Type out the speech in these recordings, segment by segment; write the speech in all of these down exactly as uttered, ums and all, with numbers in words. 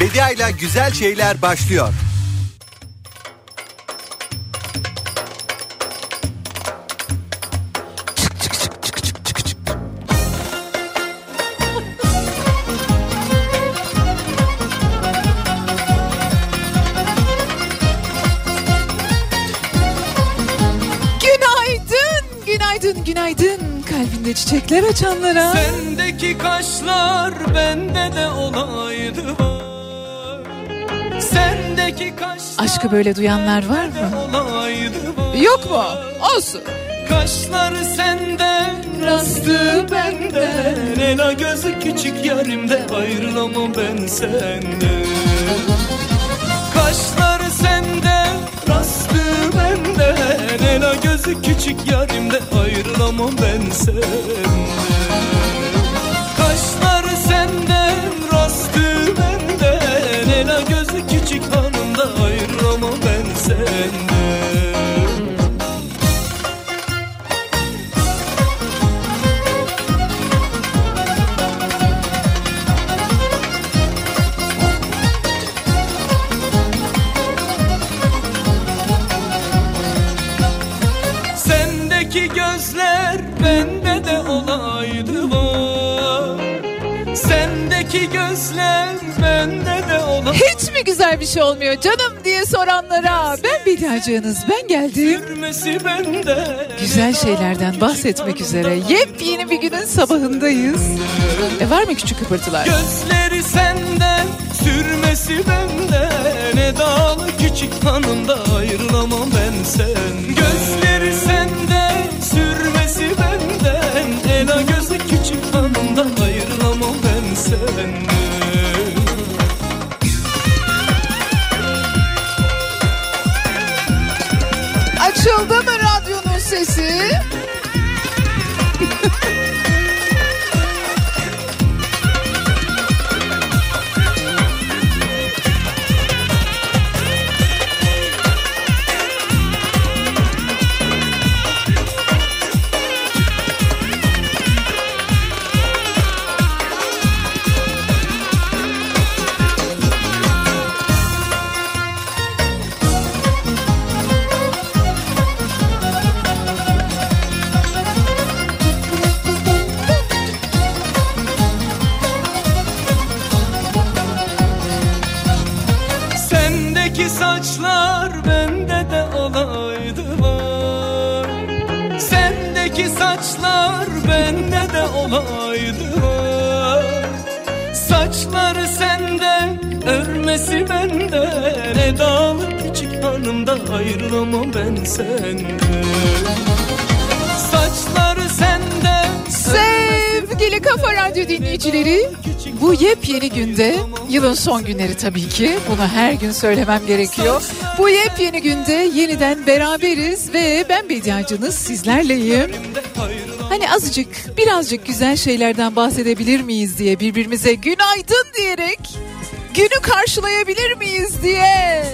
Bediayla güzel şeyler başlıyor. Günaydın, günaydın kalbinde çiçekler açanlara. Sendeki kaşlar bende de olaydı var. Sendeki kaşlar aşkı böyle duyanlar var mı? Var. Yok mu? Olsun. Kaşları senden, rastı benden. Ela gözü küçük yarimde, ayrılamam ben senden. Kaşları senden, rastı benden. Ela gözü küçük yarimde, ayrılamam ben senden. Kaşları senden, rastı benden. Ela gözü küçük hanımda, ayrılamam ben senden. Sendeki gözler bende de olaydı var. Sendeki gözler bende de olaydı. Hiç mi güzel bir şey olmuyor canım diye soranlara ben Bediacığınız, ben geldim. Güzel şeylerden bahsetmek üzere yepyeni bir günün sabahındayız. E var mı küçük kıpırtılar? Gözleri senden, sürmesi benden. Ne dağlı küçük hanımda, ayrılamam ben sen. Gözleri senden, sürmesi benden. Ela gözü küçük hanımda, ayrılamam ben senden. Açıldı mı radyonun sesi? Saçlar bende de olaydı var. Sendeki saçlar bende de olaydı var. Saçları senden, örmesi benden. Edalı küçük hanımda, ayrılamam ben senden. Saçları senden. Sevgili Kafa Radyo dinleyicileri, bu yepyeni günde, yılın son günleri tabii ki, bunu her gün söylemem gerekiyor. Bu yepyeni günde yeniden beraberiz ve ben Bediacınız sizlerleyim. Hani azıcık, birazcık güzel şeylerden bahsedebilir miyiz diye birbirimize günaydın diyerek günü karşılayabilir miyiz diye.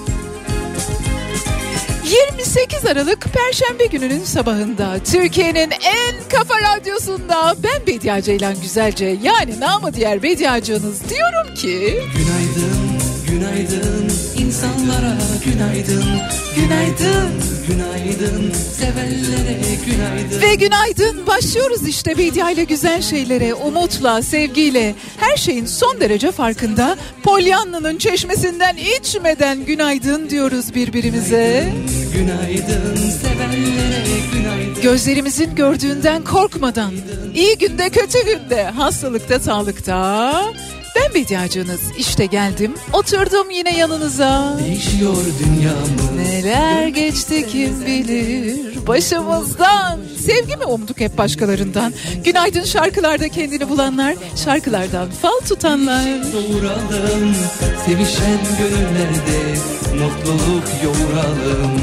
yirmi sekiz Aralık Perşembe gününün sabahında Türkiye'nin en kafa radyosunda ben Bediye Ceylan Güzelce, yani namı diğer Bediacığınız diyorum ki günaydın, günaydın insanlara, günaydın, günaydın, günaydın sevenlere, günaydın. Ve günaydın, başlıyoruz işte Bediye ile güzel şeylere, umutla, sevgiyle, her şeyin son derece farkında, Pollyanna'nın çeşmesinden içmeden günaydın diyoruz birbirimize. Günaydın sevenlere, günaydın. Gözlerimizin gördüğünden korkmadan, iyi günde kötü günde, hastalıkta sağlıkta, ben Bediacığınız işte geldim, oturdum yine yanınıza. Değişiyor dünyamız. Neler geçti kim bilir başımızdan. Sevgi mi umduk hep başkalarından? Günaydın şarkılarda kendini bulanlar, şarkılardan fal tutanlar. Doğuralım, sevişen gönüllerde mutluluk yoğuralım.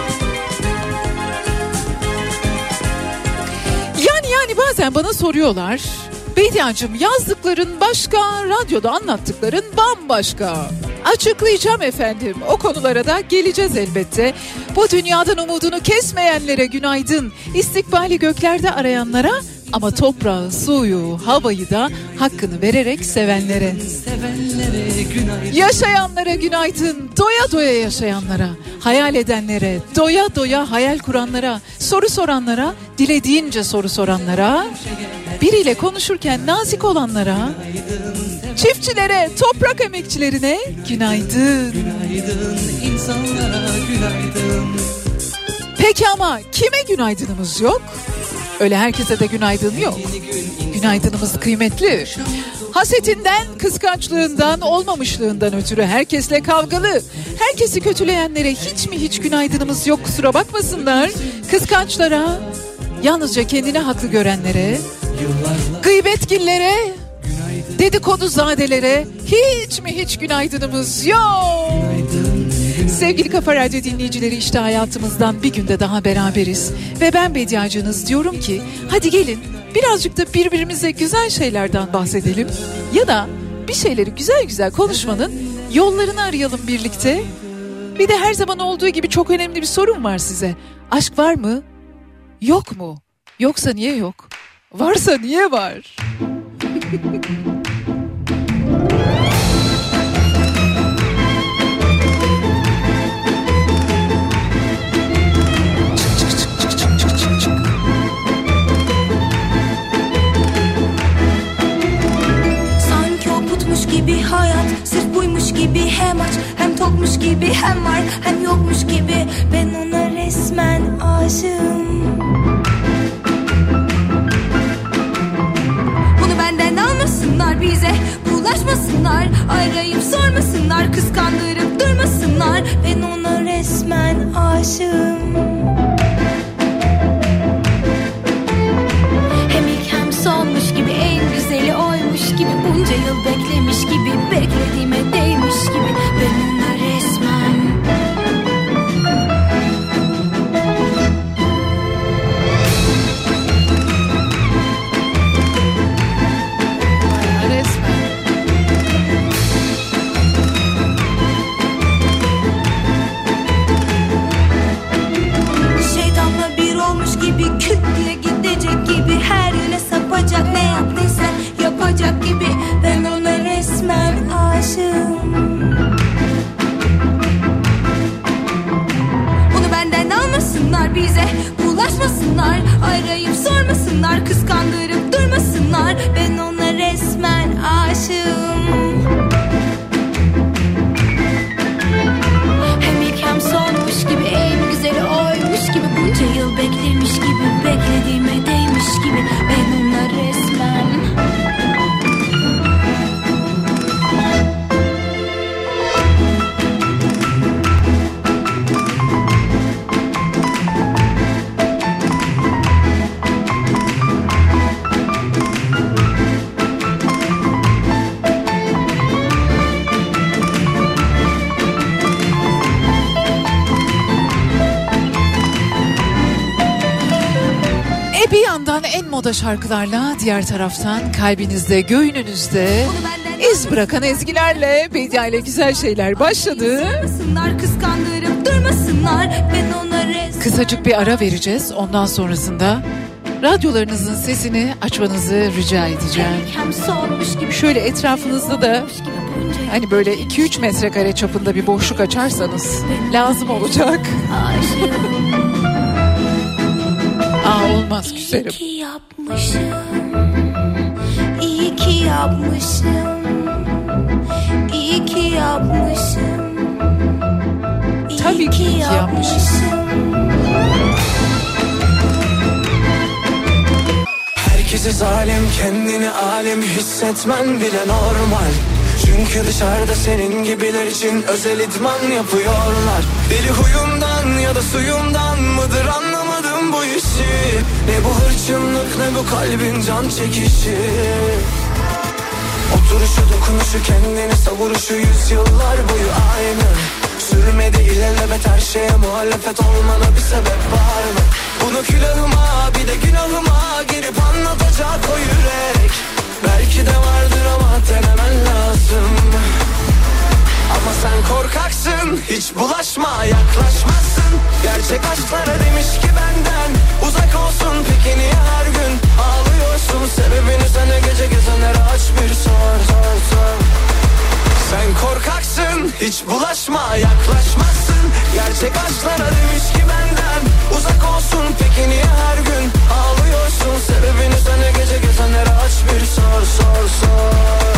Yani yani bazen bana soruyorlar, Bediacığım yazdıkların başka, radyoda anlattıkların bambaşka. Açıklayacağım efendim, o konulara da geleceğiz elbette. Bu dünyadan umudunu kesmeyenlere günaydın, istikbali göklerde arayanlara Ama toprağı, suyu, havayı da hakkını vererek sevenlere. Sevenlere günaydın. Yaşayanlara günaydın, doya doya yaşayanlara, hayal edenlere, doya doya hayal kuranlara, soru soranlara, dilediğince soru soranlara, biriyle konuşurken nazik olanlara, çiftçilere, toprak emekçilerine günaydın. Günaydın insanlara günaydın. Peki ama kime günaydınımız yok? Öyle herkese de günaydın yok. Günaydınımız kıymetli. Hasetinden, kıskançlığından, olmamışlığından ötürü herkesle kavgalı. Herkesi kötüleyenlere hiç mi hiç günaydınımız yok, kusura bakmasınlar. Kıskançlara, yalnızca kendini haklı görenlere, gıybetgillere, dedikoduzadelere hiç mi hiç günaydınımız yok. Sevgili Kafa Radyo dinleyicileri, işte hayatımızdan bir günde daha beraberiz. Ve ben Bediacınız diyorum ki hadi gelin birazcık da birbirimize güzel şeylerden bahsedelim. Ya da bir şeyleri güzel güzel konuşmanın yollarını arayalım birlikte. Bir de her zaman olduğu gibi çok önemli bir sorum var size. Aşk var mı? Yok mu? Yoksa niye yok? Varsa niye var? Gibi hayat sırf buymuş gibi, hem aç hem tokmuş gibi, hem var hem yokmuş gibi. Ben ona resmen aşığım. Bunu benden almasınlar, bize bulaşmasınlar, arayıp sormasınlar, kıskandırıp durmasınlar. Ben ona resmen aşığım. Hem ilk hem sonmuş gibi, en güzeli oymuş gibi, bunca yıl beklemiş gibi, beklediğime değmiş gibi. Ben ona resmen Resmen. şeytanla bir olmuş gibi, küt diye gidecek gibi, her yöne sapacak, ne yaptıysa yapacak gibi. Ben ona resmen aşığım. Bunu benden almasınlar, bize bulaşmasınlar, arayıp sormasınlar, kıskandırıp durmasınlar. Ben ona resmen aşığım. Hem ilk hem sonmuş gibi, en güzeli oymuş gibi, bunca yıl beklemiş gibi, beklediğime değmiş gibi. Ben ona resmen E bir yandan en moda şarkılarla, diğer taraftan kalbinizde, göğününüzde iz bırakan ezgilerle Bedia ile güzel şeyler başladı. kıskandırıp durmasınlar. Ben ona resmen Kısacık bir ara vereceğiz. Ondan sonrasında radyolarınızın sesini açmanızı rica edeceğim. hem solmuş gibi, Şöyle etrafınızda da gibi bunca hani böyle iki üç metrekare çapında bir boşluk açarsanız lazım olacak. aşığım. Aa olmaz küserim. İyi ki yapmışım, iyi ki yapmışım, iyi ki yapmışım, iyi Tabii ki iyi ki yapmışım. Herkese zalim, kendini alim hissetmen bile normal. Çünkü dışarıda senin gibiler için özel idman yapıyorlar. Deli huyumdan ya da suyumdan mıdır anlamadım bu işi. Ne bu hırçınlık ne bu kalbin can çekişi. Oturuşu dokunuşu kendini savuruşu yüzyıllar boyu aynı. Sürmedi ilelebet her şeye muhalefet olmana bir sebep var mı? Bunu külahıma bir de günahıma girip anlatacak o yürek. Belki de vardır ama denemen lazım. Ama sen korkaksın, hiç bulaşma, yaklaşmazsın. Gerçek aşklara demiş ki benden uzak olsun. Peki niye her gün ağlıyor sor sor sor. Sen korkaksın, hiç bulaşma, yaklaşmazsın. Gerçek aşklara demiş ki benden uzak olsun. Peki niye her gün ağlıyorsun? Sebebini söyle, gece gezenlere aç bir sor sor sor.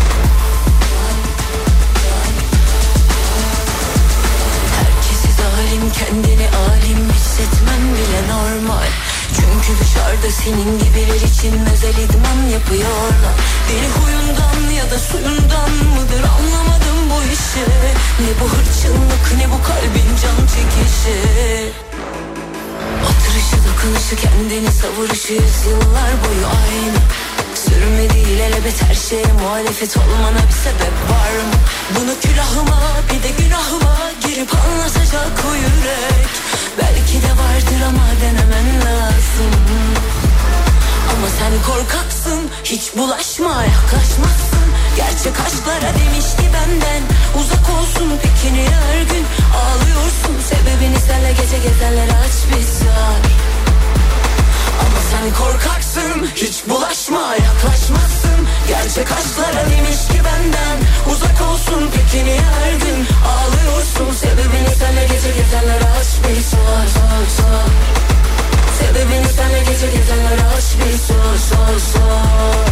Herkesi zalim, kendini alim hissetmen bile normal. Çünkü dışarıda senin gibiler için özel idman yapıyorlar. Beni huyundan ya da suyundan mıdır anlamadım bu işi. Ne bu hırçınlık, ne bu kalbin can çekişi. Oturuşu, dokunuşu, kendini savuruşu yüzyıllar boyu aynı. Sürmedi ilelebet her şeye muhalefet olmana bir sebep var mı? Bunu külahıma bir de günahıma girip anlatacak o yürek. Belki de vardır ama denemen lazım. Ama sen korkaksın, hiç bulaşma, yaklaşmazsın. Gerçek aşklara demiş ki benden uzak olsun. Peki niye her gün ağlıyorsun? Sebebini senle gece gezenlere aç bir sor. Ama sen korkaksın, hiç bulaşma, yaklaşmazsın. Gerçek aşklara demiş ki benden uzak olsun. Peki niye her gün ağlıyorsun? Sebebini senle gece gezenlere aç bir sor sor sor. Sebebini senle gece gezenlere aç bir sor sor sor.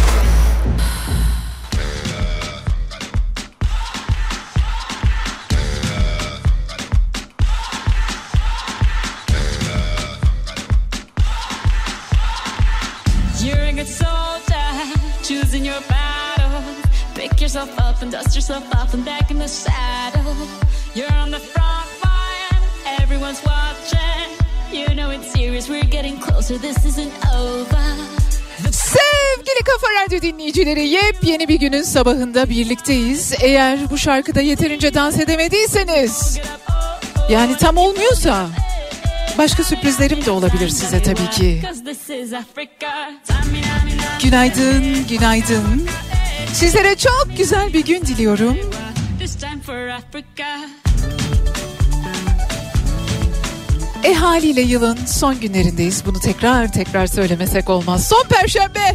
You're a good soldier, choosing your battle. Pick yourself up and dust yourself off and back in the saddle. You're on the front line, everyone's watching. You know it's serious, we're getting closer, this isn't over. Sevgili Kafa Radyo dinleyicileri, yepyeni bir günün sabahında birlikteyiz. Eğer bu şarkıda yeterince dans edemediyseniz, yani tam olmuyorsa, başka sürprizlerim de olabilir size tabii ki. Günaydın, günaydın. Sizlere çok güzel bir gün diliyorum. E haliyle yılın son günlerindeyiz. Bunu tekrar tekrar söylemesek olmaz. Son Perşembe.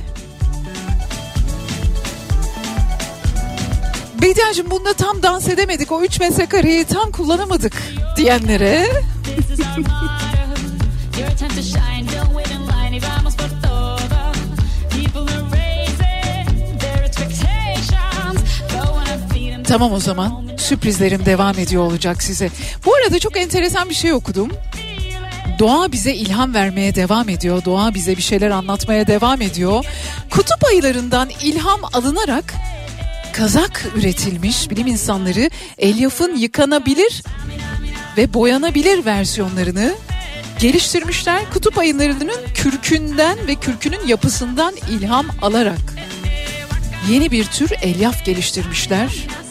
Bediacığım bunda tam dans edemedik. O üç metrekareyi tam kullanamadık diyenlere. Tamam, o zaman sürprizlerim devam ediyor olacak size. Bu arada çok enteresan bir şey okudum. Doğa bize ilham vermeye devam ediyor. Doğa bize bir şeyler anlatmaya devam ediyor. Kutup ayılarından ilham alınarak kazak üretilmiş. Bilim insanları elyafın yıkanabilir ve boyanabilir versiyonlarını geliştirmişler. Kutup ayılarının kürkünden ve kürkünün yapısından ilham alarak yeni bir tür elyaf geliştirmişler.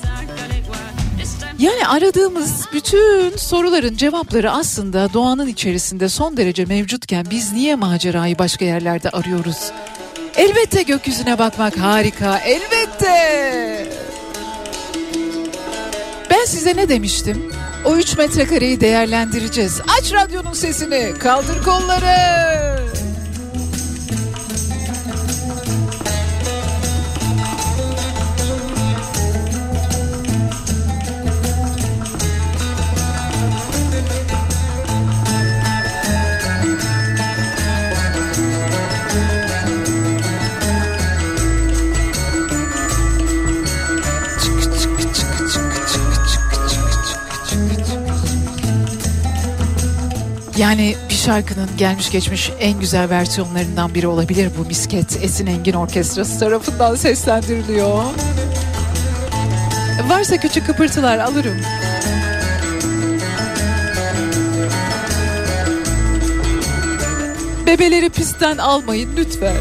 Yani aradığımız bütün soruların cevapları aslında doğanın içerisinde son derece mevcutken biz niye macerayı başka yerlerde arıyoruz? Elbette gökyüzüne bakmak harika, elbette. Ben size ne demiştim? O üç metrekareyi değerlendireceğiz. Aç radyonun sesini, kaldır kolları. Yani bir şarkının gelmiş geçmiş en güzel versiyonlarından biri olabilir bu misket. Esin Engin Orkestrası tarafından seslendiriliyor. Varsa küçük kıpırtılar alırım. Bebeleri pistten almayın lütfen.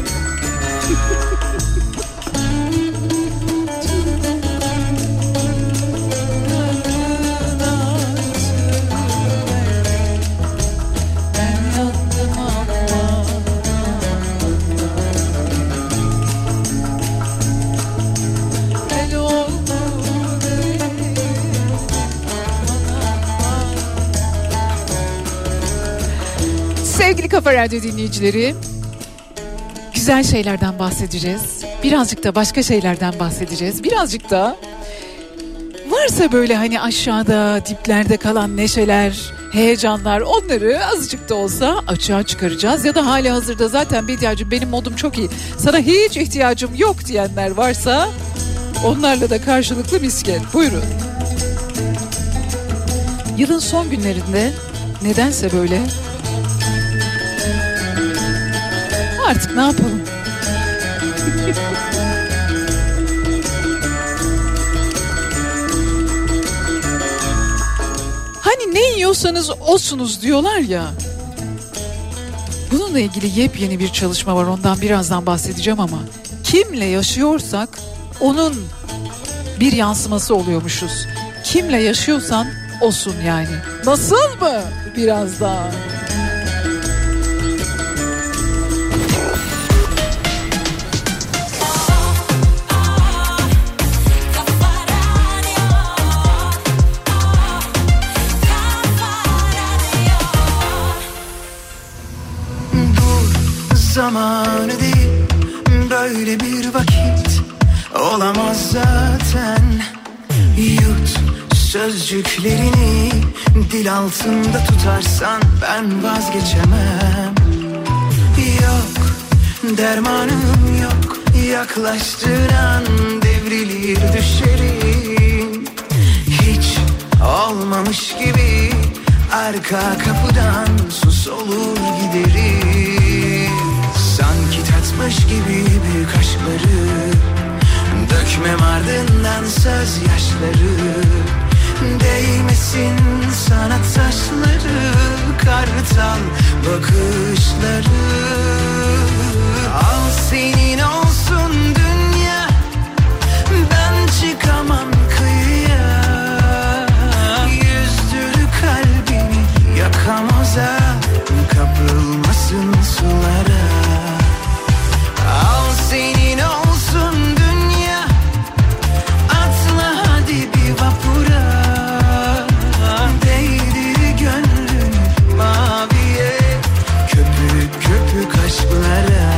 Sevgili Kafa Radyo dinleyicileri, güzel şeylerden bahsedeceğiz. Birazcık da başka şeylerden bahsedeceğiz. Birazcık da varsa böyle hani aşağıda, diplerde kalan neşeler, heyecanlar, onları azıcık da olsa açığa çıkaracağız. Ya da hali hazırda zaten Bediacığım benim modum çok iyi, sana hiç ihtiyacım yok diyenler varsa onlarla da karşılıklı misket. Buyurun. Yılın son günlerinde nedense böyle artık ne yapalım? Hani ne yiyorsanız osunuz diyorlar ya. Bununla ilgili yepyeni bir çalışma var, ondan birazdan bahsedeceğim ama kimle yaşıyorsak onun bir yansıması oluyormuşuz. Kimle yaşıyorsan osun yani. Nasıl mı? Birazdan. Zamanı değil böyle bir vakit olamaz zaten. Yut sözcüklerini, dil altında tutarsan ben vazgeçemem. Yok dermanım yok, yaklaştığın an devrilir düşerim. Hiç olmamış gibi arka kapıdan sus olur giderim. Sanki tatmış gibi büyük aşkları dökmem ardından söz yaşları. Değmesin sana taşları, kartal bakışları. Al senin olsun dünya, ben çıkamam kıyıya. Yüzdür kalbimi yakamoza, kapılmasın sulara. Al senin olsun dünya, atla hadi bir vapura. Değdir gönlünü maviye, köpük köpük aşklara.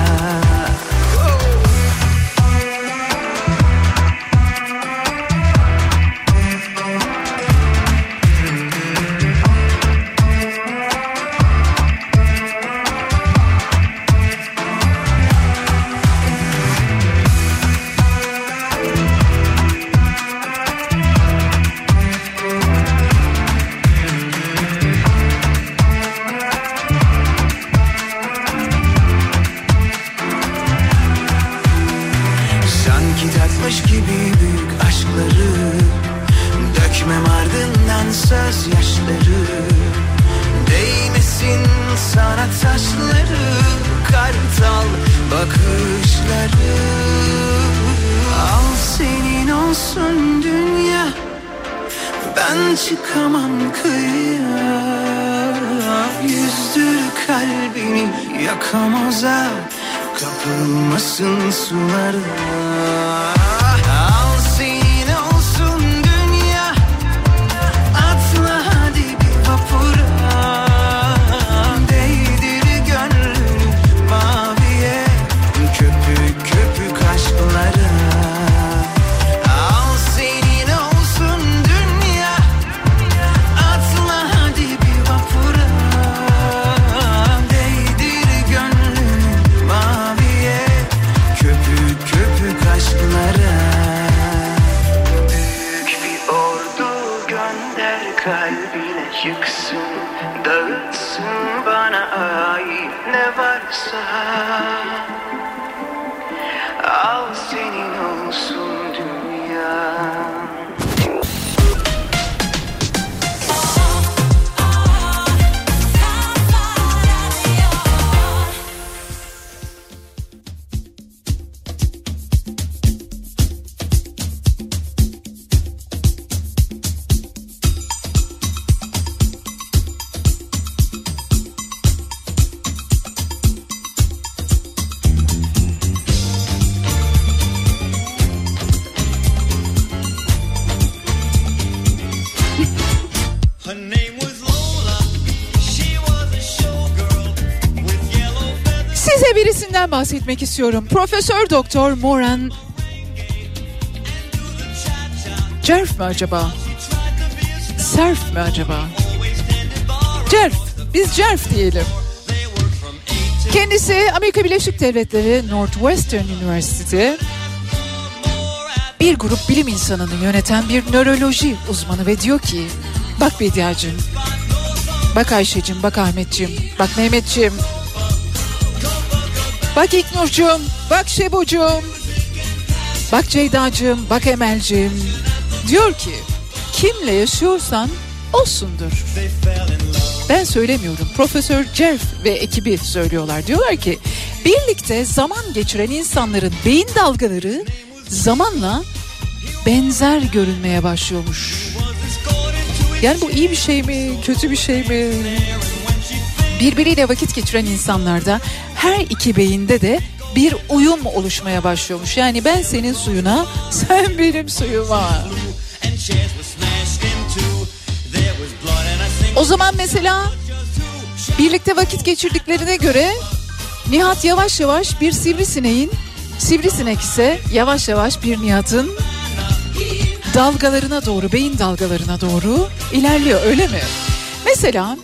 Gibi büyük aşkları dökmem ardından söz yaşları. Değmesin sana taşları, kartal bakışları. Al senin olsun dünya, ben çıkamam kıyıya. Yüzdür kalbini yakamoza, kapılmasın sulara. Yıksın, dağıtsın bana ait ne varsa. Al senin olsun dünya. Size birisinden bahsetmek istiyorum. Profesör Doktor Moran Cerf mi acaba? Serf mi acaba? Cerf. Biz Cerf diyelim. Kendisi Amerika Birleşik Devletleri Northwestern University bir grup bilim insanını yöneten bir nöroloji uzmanı ve diyor ki bak Bediacığım, bak Ayşe'cim, bak Ahmet'cim, bak Mehmet'cim, bak İknur'cum, bak Şebo'cum, bak Ceyda'cığım, bak Emel'cim. Diyor ki kimle yaşıyorsan olsundur. Ben söylemiyorum. Profesör Cerf ve ekibi söylüyorlar. Diyorlar ki birlikte zaman geçiren insanların beyin dalgaları zamanla benzer görünmeye başlıyormuş. Yani bu iyi bir şey mi, kötü bir şey mi? Birbiriyle vakit geçiren insanlarda her iki beyinde de bir uyum oluşmaya başlıyormuş. Yani ben senin suyuna, sen benim suyuma. O zaman mesela birlikte vakit geçirdiklerine göre Nihat yavaş yavaş bir sivrisineğin, sivrisinek ise yavaş yavaş bir Nihat'ın dalgalarına doğru, beyin dalgalarına doğru ilerliyor, öyle mi? Mesela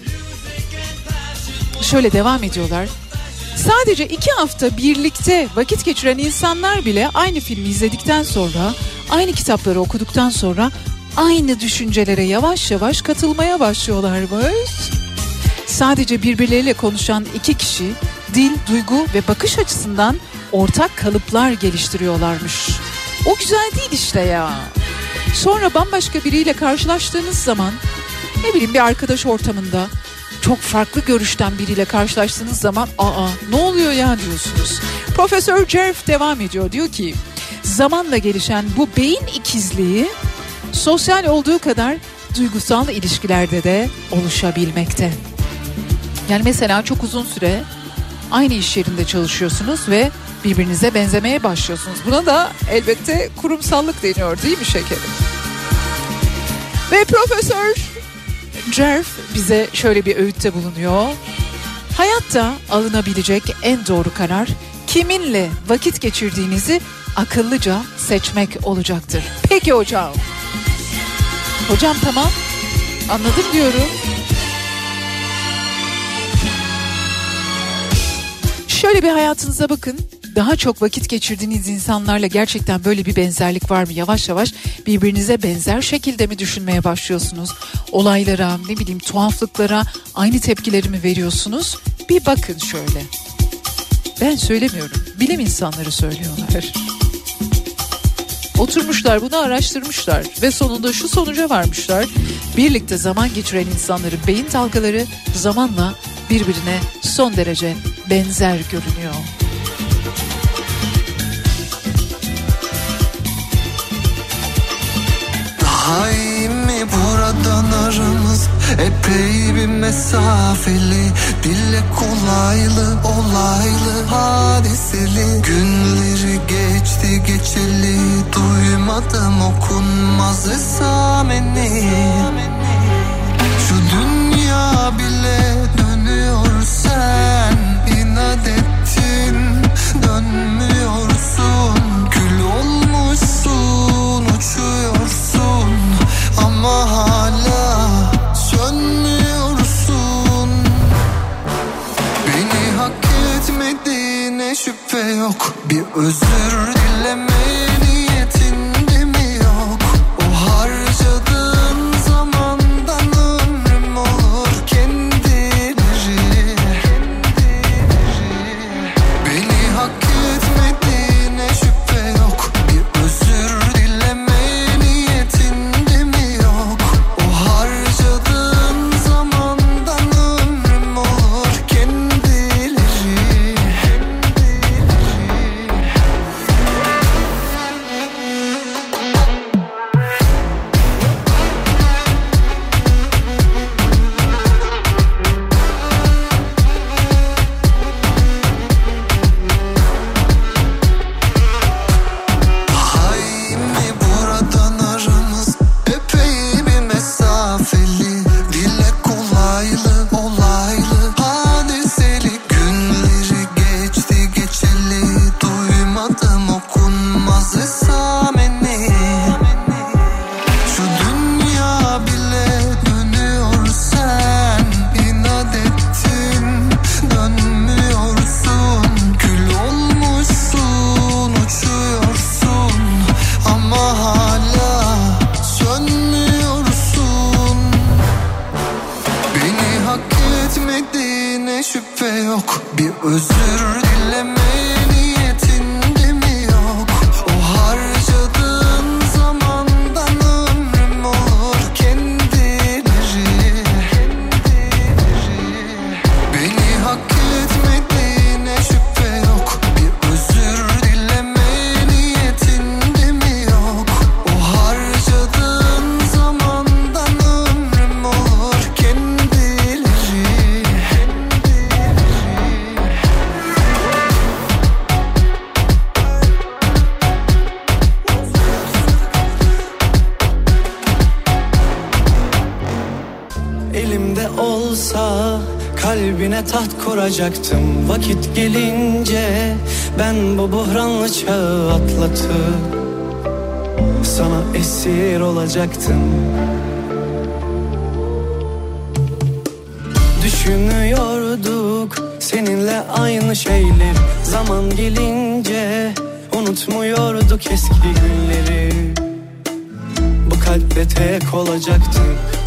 şöyle devam ediyorlar. Sadece iki hafta birlikte vakit geçiren insanlar bile aynı filmi izledikten sonra, aynı kitapları okuduktan sonra aynı düşüncelere yavaş yavaş katılmaya başlıyorlarmış. Sadece birbirleriyle konuşan iki kişi dil, duygu ve bakış açısından ortak kalıplar geliştiriyorlarmış. O güzel değil işte ya. Sonra bambaşka biriyle karşılaştığınız zaman, ne bileyim bir arkadaş ortamında çok farklı görüşten biriyle karşılaştığınız zaman aa ne oluyor ya diyorsunuz. Profesör Cerf devam ediyor, diyor ki zamanla gelişen bu beyin ikizliği sosyal olduğu kadar duygusal ilişkilerde de oluşabilmekte. Yani mesela çok uzun süre aynı iş yerinde çalışıyorsunuz ve birbirinize benzemeye başlıyorsunuz. Buna da elbette kurumsallık deniyor değil mi şekerim? Ve Profesör Cerf bize şöyle bir öğütte bulunuyor. Hayatta alınabilecek en doğru karar kiminle vakit geçirdiğinizi akıllıca seçmek olacaktır. Peki hocam. Hocam tamam, anladım diyorum. Şöyle bir hayatınıza bakın. Daha çok vakit geçirdiğiniz insanlarla gerçekten böyle bir benzerlik var mı? Yavaş yavaş birbirinize benzer şekilde mi düşünmeye başlıyorsunuz? Olaylara, ne bileyim tuhaflıklara aynı tepkileri mi veriyorsunuz? Bir bakın şöyle. Ben söylemiyorum. Bilim insanları söylüyorlar. Oturmuşlar, bunu araştırmışlar ve sonunda şu sonuca varmışlar. Birlikte zaman geçiren insanların beyin dalgaları zamanla birbirine son derece benzer görünüyor. Daha iyi mi buradan aramız epey bir mesafeli, dille kolaylı olaylı hadiseli. Günleri geçti geçeli, duymadım okunmaz esameni. Şu dünya bile dönüyor, sen inat ettin dönmüyorsun. Gül olmuşsun, uçuyorsun ama hala sönmüyorsun. Beni hak etmediğine şüphe yok, bir özür dileme niyetinde mi yok? O harcadığın zamandan ömrüm olur kendileri. Beni hak etmediğine şüphe yok, bir özür dileme niyetinde mi yok? O harcadığın zamandan ömrüm olur kendileri. özür dileme niyetin mi yok? O harcadığın zamandan ömrüm olur kendileri, beni hak etmediğine şüphe yok. Bir özür dileme niyetin mi yok? O harcadığın zamandan ömrüm olur kendileri. Elimde olsa kalbine taht kuracaktım. Vakit gelince ben bu buhranlı çağı atlatıp sana esir olacaktım. Düşünüyorduk seninle aynı şeyler. Zaman gelince unutmuyorduk eski günleri. Bu kalple tek olacaktık.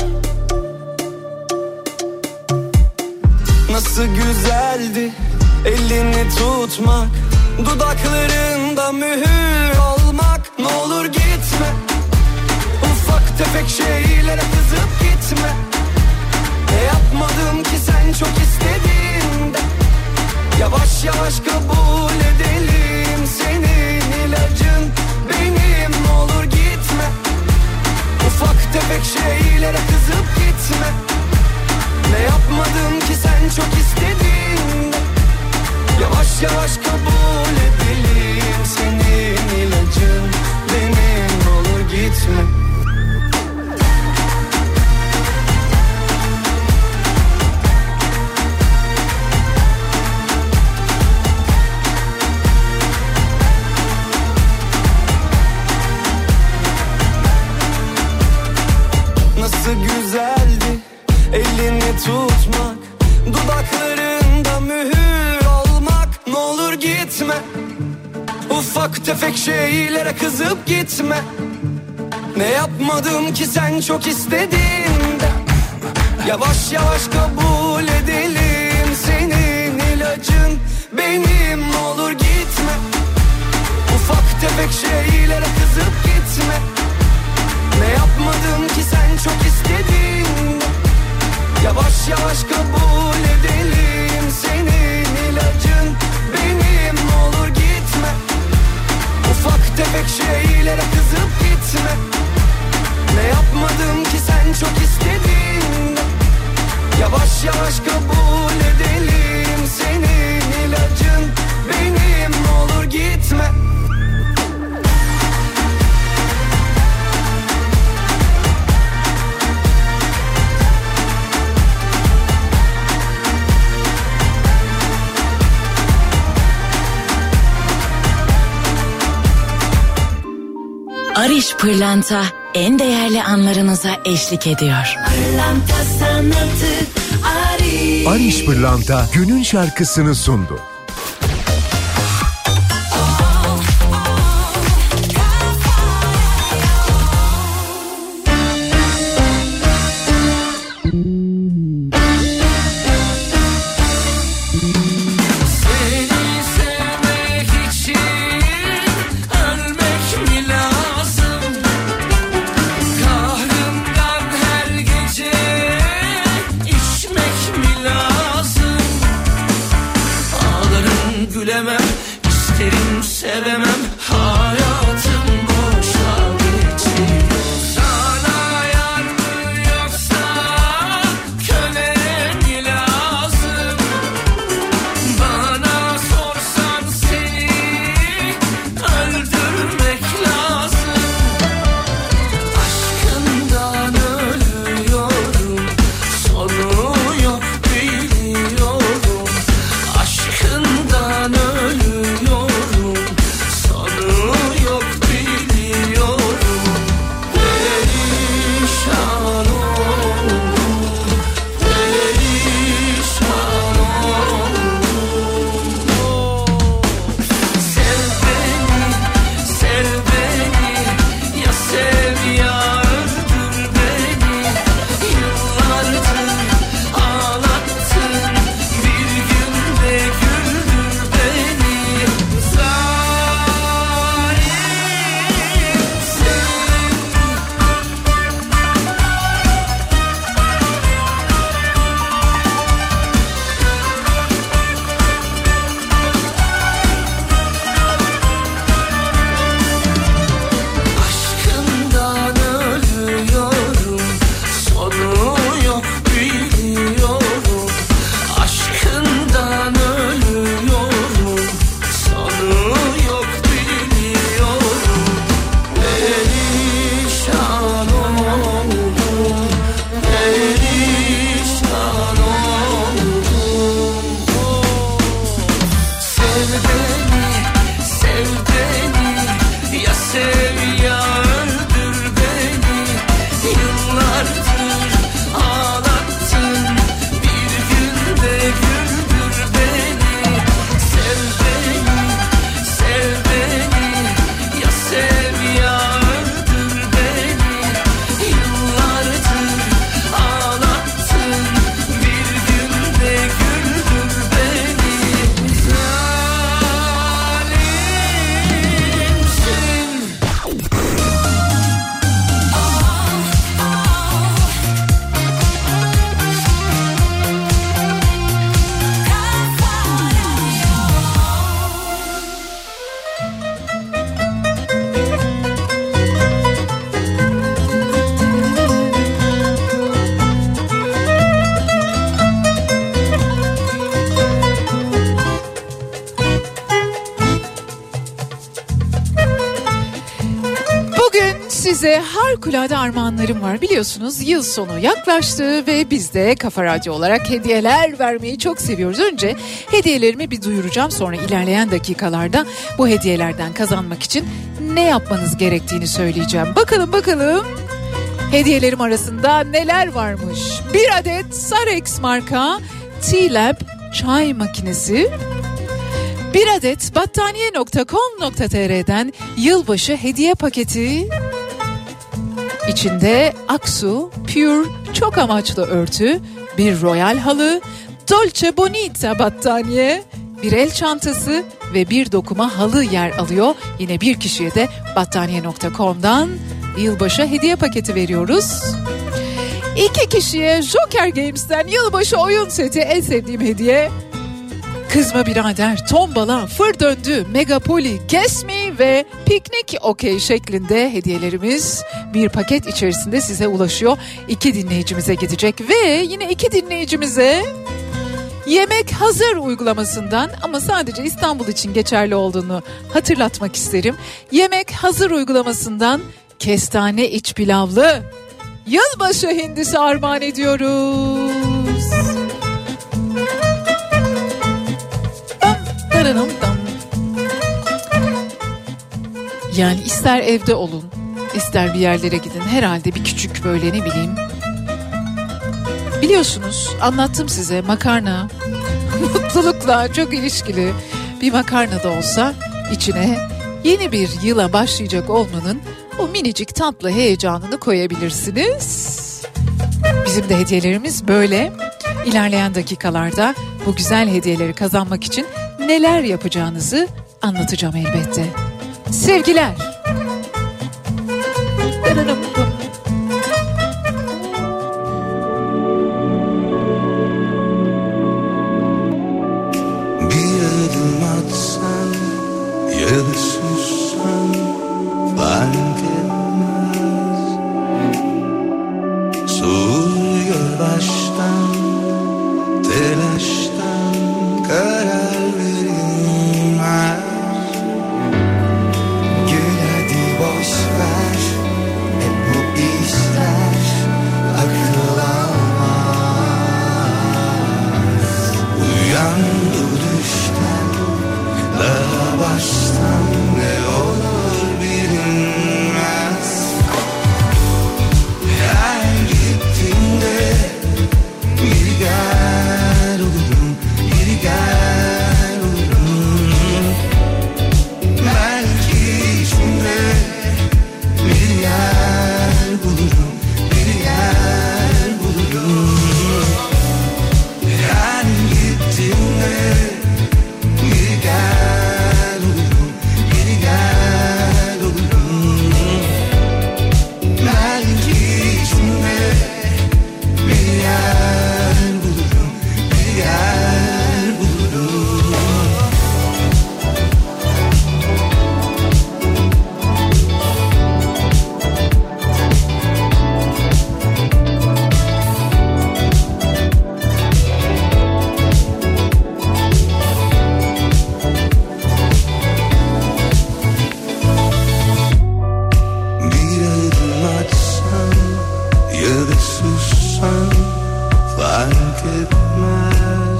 Nasıl güzeldi elini tutmak, dudaklarında mühür olmak. Ne olur gitme, ufak tefek şeylere kızıp gitme. Ne yapmadım ki sen çok istediğinde. Yavaş yavaş kabul edelim, senin ilacın benim. Ne olur gitme, ufak tefek şeylere kızıp gitme. Ne yapmadım ki sen çok istediğinde. Yavaş yavaş kabul edelim, senin ilacın benim. Ne olur gitme. Nasıl güzeldi elini tutmak, dudaklarında mühür olmak. Ne olur gitme, ufak tefek şeylere kızıp gitme. Ne yapmadım ki sen çok istediğinde. Yavaş yavaş kabul edelim, senin ilacın benim. Ne olur gitme, ufak tefek şeylere kızıp gitme. Ne yapmadım ki sen çok istediğinde. Yavaş yavaş kabul edelim, senin ilacın benim. Ne olur gitme, ufak tefek şeylere kızıp gitme. Ne yapmadım ki sen çok istediğinde. Yavaş yavaş kabul edelim, senin ilacın benim. Ne olur gitme. Ariş Pırlanta en değerli anlarınıza eşlik ediyor. Pırlanta sanatı Ariş. Ariş Pırlanta günün şarkısını sundu. Size harikulade armağanlarım var. Biliyorsunuz yıl sonu yaklaştı ve biz de Kafa Radyo olarak hediyeler vermeyi çok seviyoruz. Önce hediyelerimi bir duyuracağım, sonra ilerleyen dakikalarda bu hediyelerden kazanmak için ne yapmanız gerektiğini söyleyeceğim. Bakalım bakalım hediyelerim arasında neler varmış. Bir adet Sarex marka T-Lab çay makinesi. Bir adet battaniye nokta com nokta tr'den yılbaşı hediye paketi. İçinde Aksu Pure çok amaçlı örtü, bir royal halı, Dolce Bonita battaniye, bir el çantası ve bir dokuma halı yer alıyor. Yine bir kişiye de battaniye nokta com'dan yılbaşı hediye paketi veriyoruz. İki kişiye Joker Games'ten yılbaşı oyun seti, en sevdiğim hediye. Kızma Birader, Tombala, Fır Döndü, Megapoli, Guess Me ve Piknik Okey şeklinde hediyelerimiz bir paket içerisinde size ulaşıyor. İki dinleyicimize gidecek ve yine iki dinleyicimize Yemek Hazır uygulamasından, ama sadece İstanbul için geçerli olduğunu hatırlatmak isterim. Yemek Hazır uygulamasından kestane iç pilavlı yılbaşı hindisi armağan ediyoruz. Yani ister evde olun, ister bir yerlere gidin, herhalde bir küçük böyle ne bileyim. Biliyorsunuz, anlattım size, makarna mutlulukla çok ilişkili. Bir makarna da olsa içine yeni bir yıla başlayacak olmanın o minicik tatlı heyecanını koyabilirsiniz. Bizim de hediyelerimiz böyle. İlerleyen dakikalarda bu güzel hediyeleri kazanmak için neler yapacağınızı anlatacağım elbette. Sevgiler. Bir adım atsan ya da sussan fark etmez. Soğuyor baştan, telaştan karar verilmez. Gül hadi boş ver, hep bu işler akıl almaz. Uyan bu düşten, daha baştan ne olur bilinmez. Her gittiğinde bir gel olurum, bir gel olurum. Belki içimde bir yer bulurum, bir yer bulurum. Her gittiğinde bir gel olurum, bir gel olurum. Belki içimde bir yer bulurum, bir yer bulurum. Bir adım atsan ya da sussan fark etmez.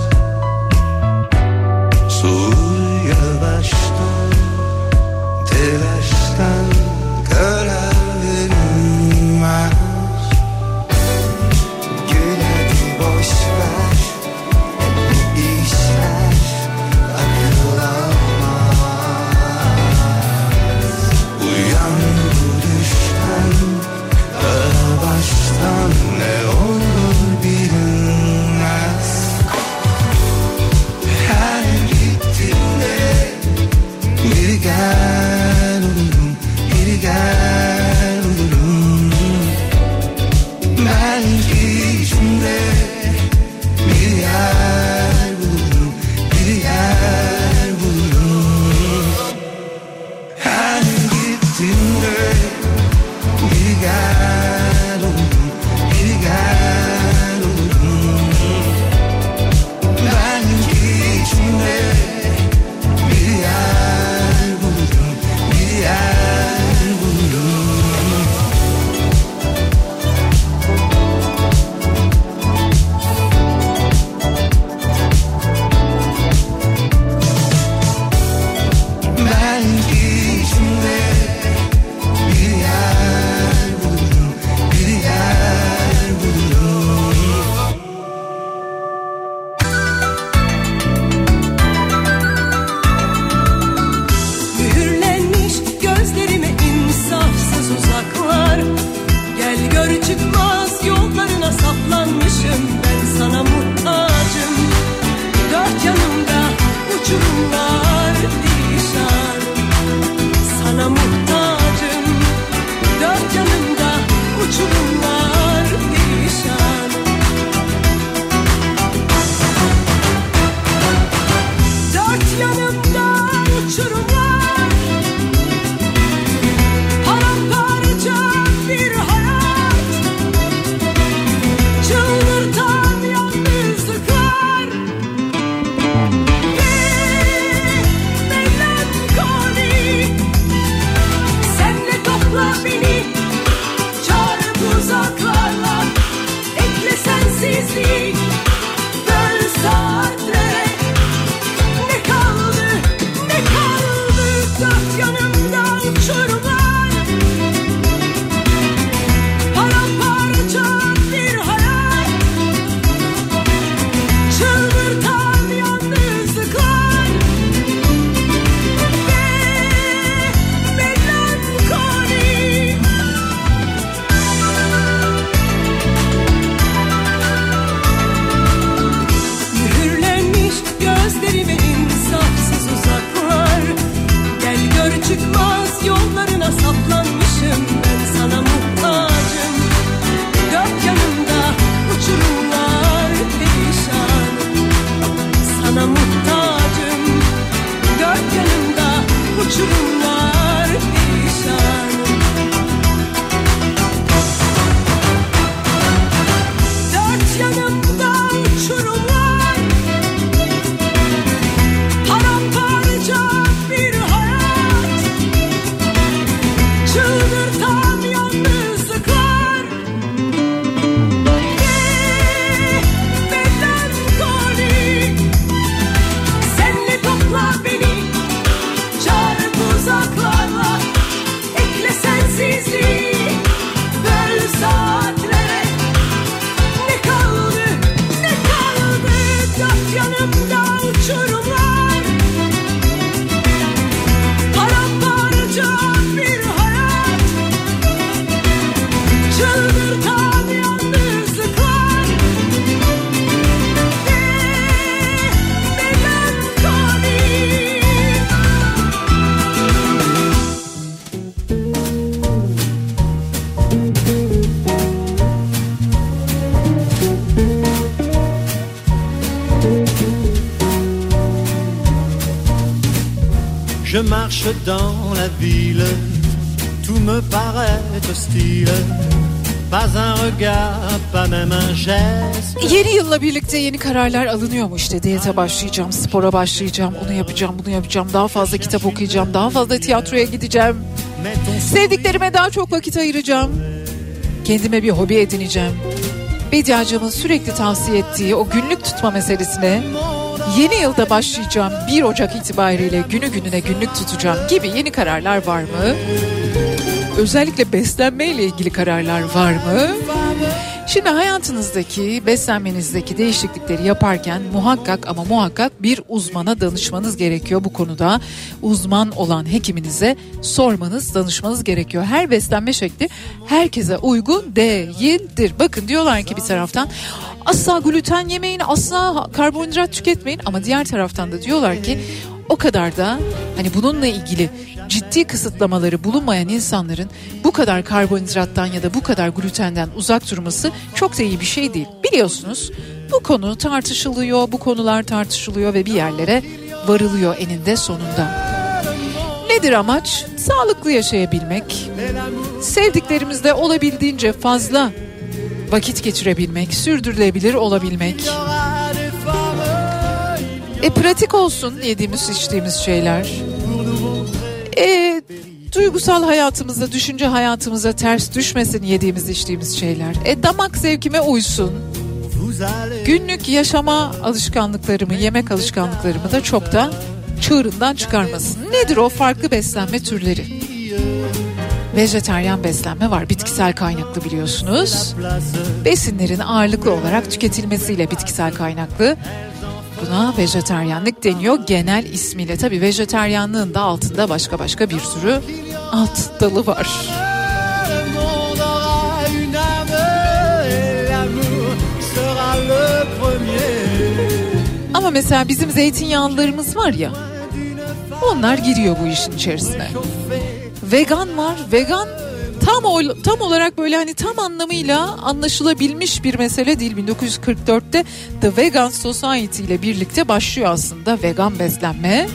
Soğur yavaştan, telaştan karar verilmez. Gül hadi boş ver, hep bu işler akıl almaz. Uyan bu düşten, daha baştan ne olur bilinmez. çıkmaz yollarına saplanmışım. Ben sana muhtacım. Dört yanımda uçurumlar perişan. Sana muhtacım. Dört yanımda uçurumlar perişan. Dört yanımda uçurumlar, paramparça bir hayat, çıldırtan yalnızlıklar ve melankoli. Senle topla beni, çağır uzaklarla, ekle sensizlik, böl saatlere. Ne kaldı, ne kaldı dört yanımda uçurumlar, paramparça bir hayat, çıldırtan yalnızlıklar ve melankoli. Mühürlenmiş gözlerime insafsız uzaklar, gel gör çıkmaz yollarına saplanmışım. Ben sana muhtacım. Dört yanımda uçurumlar perişan. Sana muhtacım. Dört yanımda uçurumlar perişan. Dört yanımda uçurumlar, paramparça bir hayat, çıldırtan yalnızlıklar ve melankoli. Senle topla beni, çağır uzaklarla, ekle sensizliği, böl saatlere. Ne kaldı, ne kaldı dört yanımda uçurumlar, paramparça bir hayat, çıldırtan yalnızlıklar ve melankoli. Je marche dans la ville, tout me paraît hostile. Pas un regard, pas même un geste. Yeni yılla birlikte yeni kararlar alınıyor mu işte? Diyete başlayacağım, spora başlayacağım, onu yapacağım, bunu yapacağım, daha fazla kitap okuyacağım, daha fazla tiyatroya gideceğim, sevdiklerime daha çok vakit ayıracağım, kendime bir hobi edineceğim. Bediacığımın sürekli tavsiye ettiği o günlük tutma meselesine yeni yılda başlayacağım, bir Ocak itibariyle günü gününe günlük tutacağım gibi yeni kararlar var mı? Özellikle beslenmeyle ilgili kararlar var mı? Şimdi hayatınızdaki, beslenmenizdeki değişiklikleri yaparken muhakkak ama muhakkak bir uzmana danışmanız gerekiyor bu konuda. Uzman olan hekiminize sormanız, danışmanız gerekiyor. Her beslenme şekli herkese uygun değildir. Bakın diyorlar ki bir taraftan asla gluten yemeyin, asla karbonhidrat tüketmeyin, ama diğer taraftan da diyorlar ki o kadar da hani bununla ilgili ciddi kısıtlamaları bulunmayan insanların bu kadar karbonhidrattan ya da bu kadar glutenden uzak durması çok da iyi bir şey değil. Biliyorsunuz bu konu tartışılıyor, bu konular tartışılıyor ve bir yerlere varılıyor eninde sonunda. Nedir amaç? Sağlıklı yaşayabilmek, sevdiklerimizle olabildiğince fazla vakit geçirebilmek, sürdürülebilir olabilmek. E pratik olsun yediğimiz içtiğimiz şeyler. E duygusal hayatımızda, düşünce hayatımıza ters düşmesin yediğimiz içtiğimiz şeyler. E damak zevkime uysun. Günlük yaşama alışkanlıklarımı, yemek alışkanlıklarımı da çok da çığırından çıkarmasın. Nedir o? Farklı beslenme türleri. Vejetaryen beslenme var, bitkisel kaynaklı biliyorsunuz. Besinlerin ağırlıklı olarak tüketilmesiyle bitkisel kaynaklı. Buna vejetaryenlik deniyor genel ismiyle. Tabii vejetaryenliğin de altında başka başka bir sürü alt dalı var. mesela bizim zeytinyağlılarımız var ya, onlar giriyor bu işin içerisine. Vegan var. Vegan tam o, tam olarak böyle hani tam anlamıyla anlaşılabilmiş bir mesele değil. bin dokuz yüz kırk dörtte The Vegan Society ile birlikte başlıyor aslında vegan beslenme.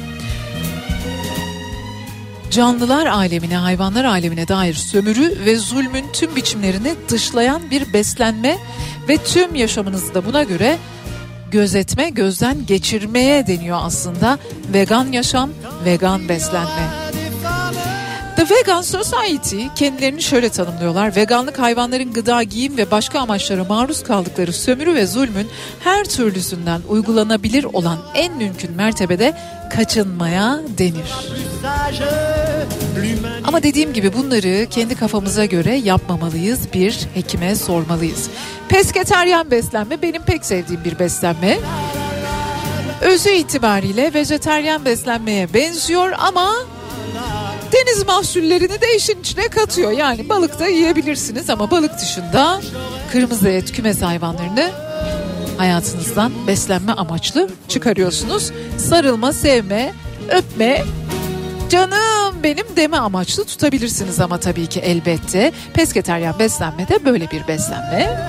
Canlılar alemine, hayvanlar alemine dair sömürü ve zulmün tüm biçimlerini dışlayan bir beslenme ve tüm yaşamınızı da buna göre gözetme, gözden geçirmeye deniyor aslında. Vegan yaşam, vegan beslenme. The Vegan Society kendilerini şöyle tanımlıyorlar. Veganlık hayvanların gıda, giyim ve başka amaçlara maruz kaldıkları sömürü ve zulmün her türlüsünden uygulanabilir olan en mümkün mertebede kaçınmaya denir. Ama dediğim gibi bunları kendi kafamıza göre yapmamalıyız, bir hekime sormalıyız. Pesketeryan beslenme benim pek sevdiğim bir beslenme. Özü itibariyle vejeteryan beslenmeye benziyor ama deniz mahsullerini de işin içine katıyor. Yani balık da yiyebilirsiniz ama balık dışında kırmızı et, kümes hayvanlarını hayatınızdan beslenme amaçlı çıkarıyorsunuz. Sarılma, sevme, öpme, canım benim deme amaçlı tutabilirsiniz ama tabii ki elbette pesketeryan beslenme de böyle bir beslenme.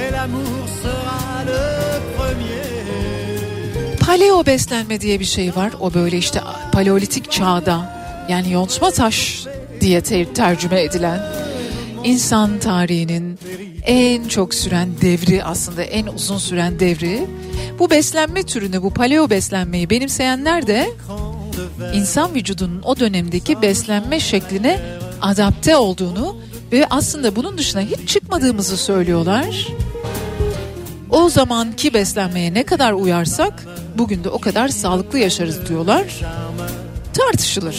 Paleo beslenme diye bir şey var. O böyle işte paleolitik çağda, yani yontma taş diye ter- tercüme edilen insan tarihinin en çok süren devri, aslında en uzun süren devri. Bu beslenme türünü, bu paleo beslenmeyi benimseyenler de insan vücudunun o dönemdeki beslenme şekline adapte olduğunu ve aslında bunun dışına hiç çıkmadığımızı söylüyorlar. O zamanki beslenmeye ne kadar uyarsak bugün de o kadar sağlıklı yaşarız diyorlar. Tartışılır.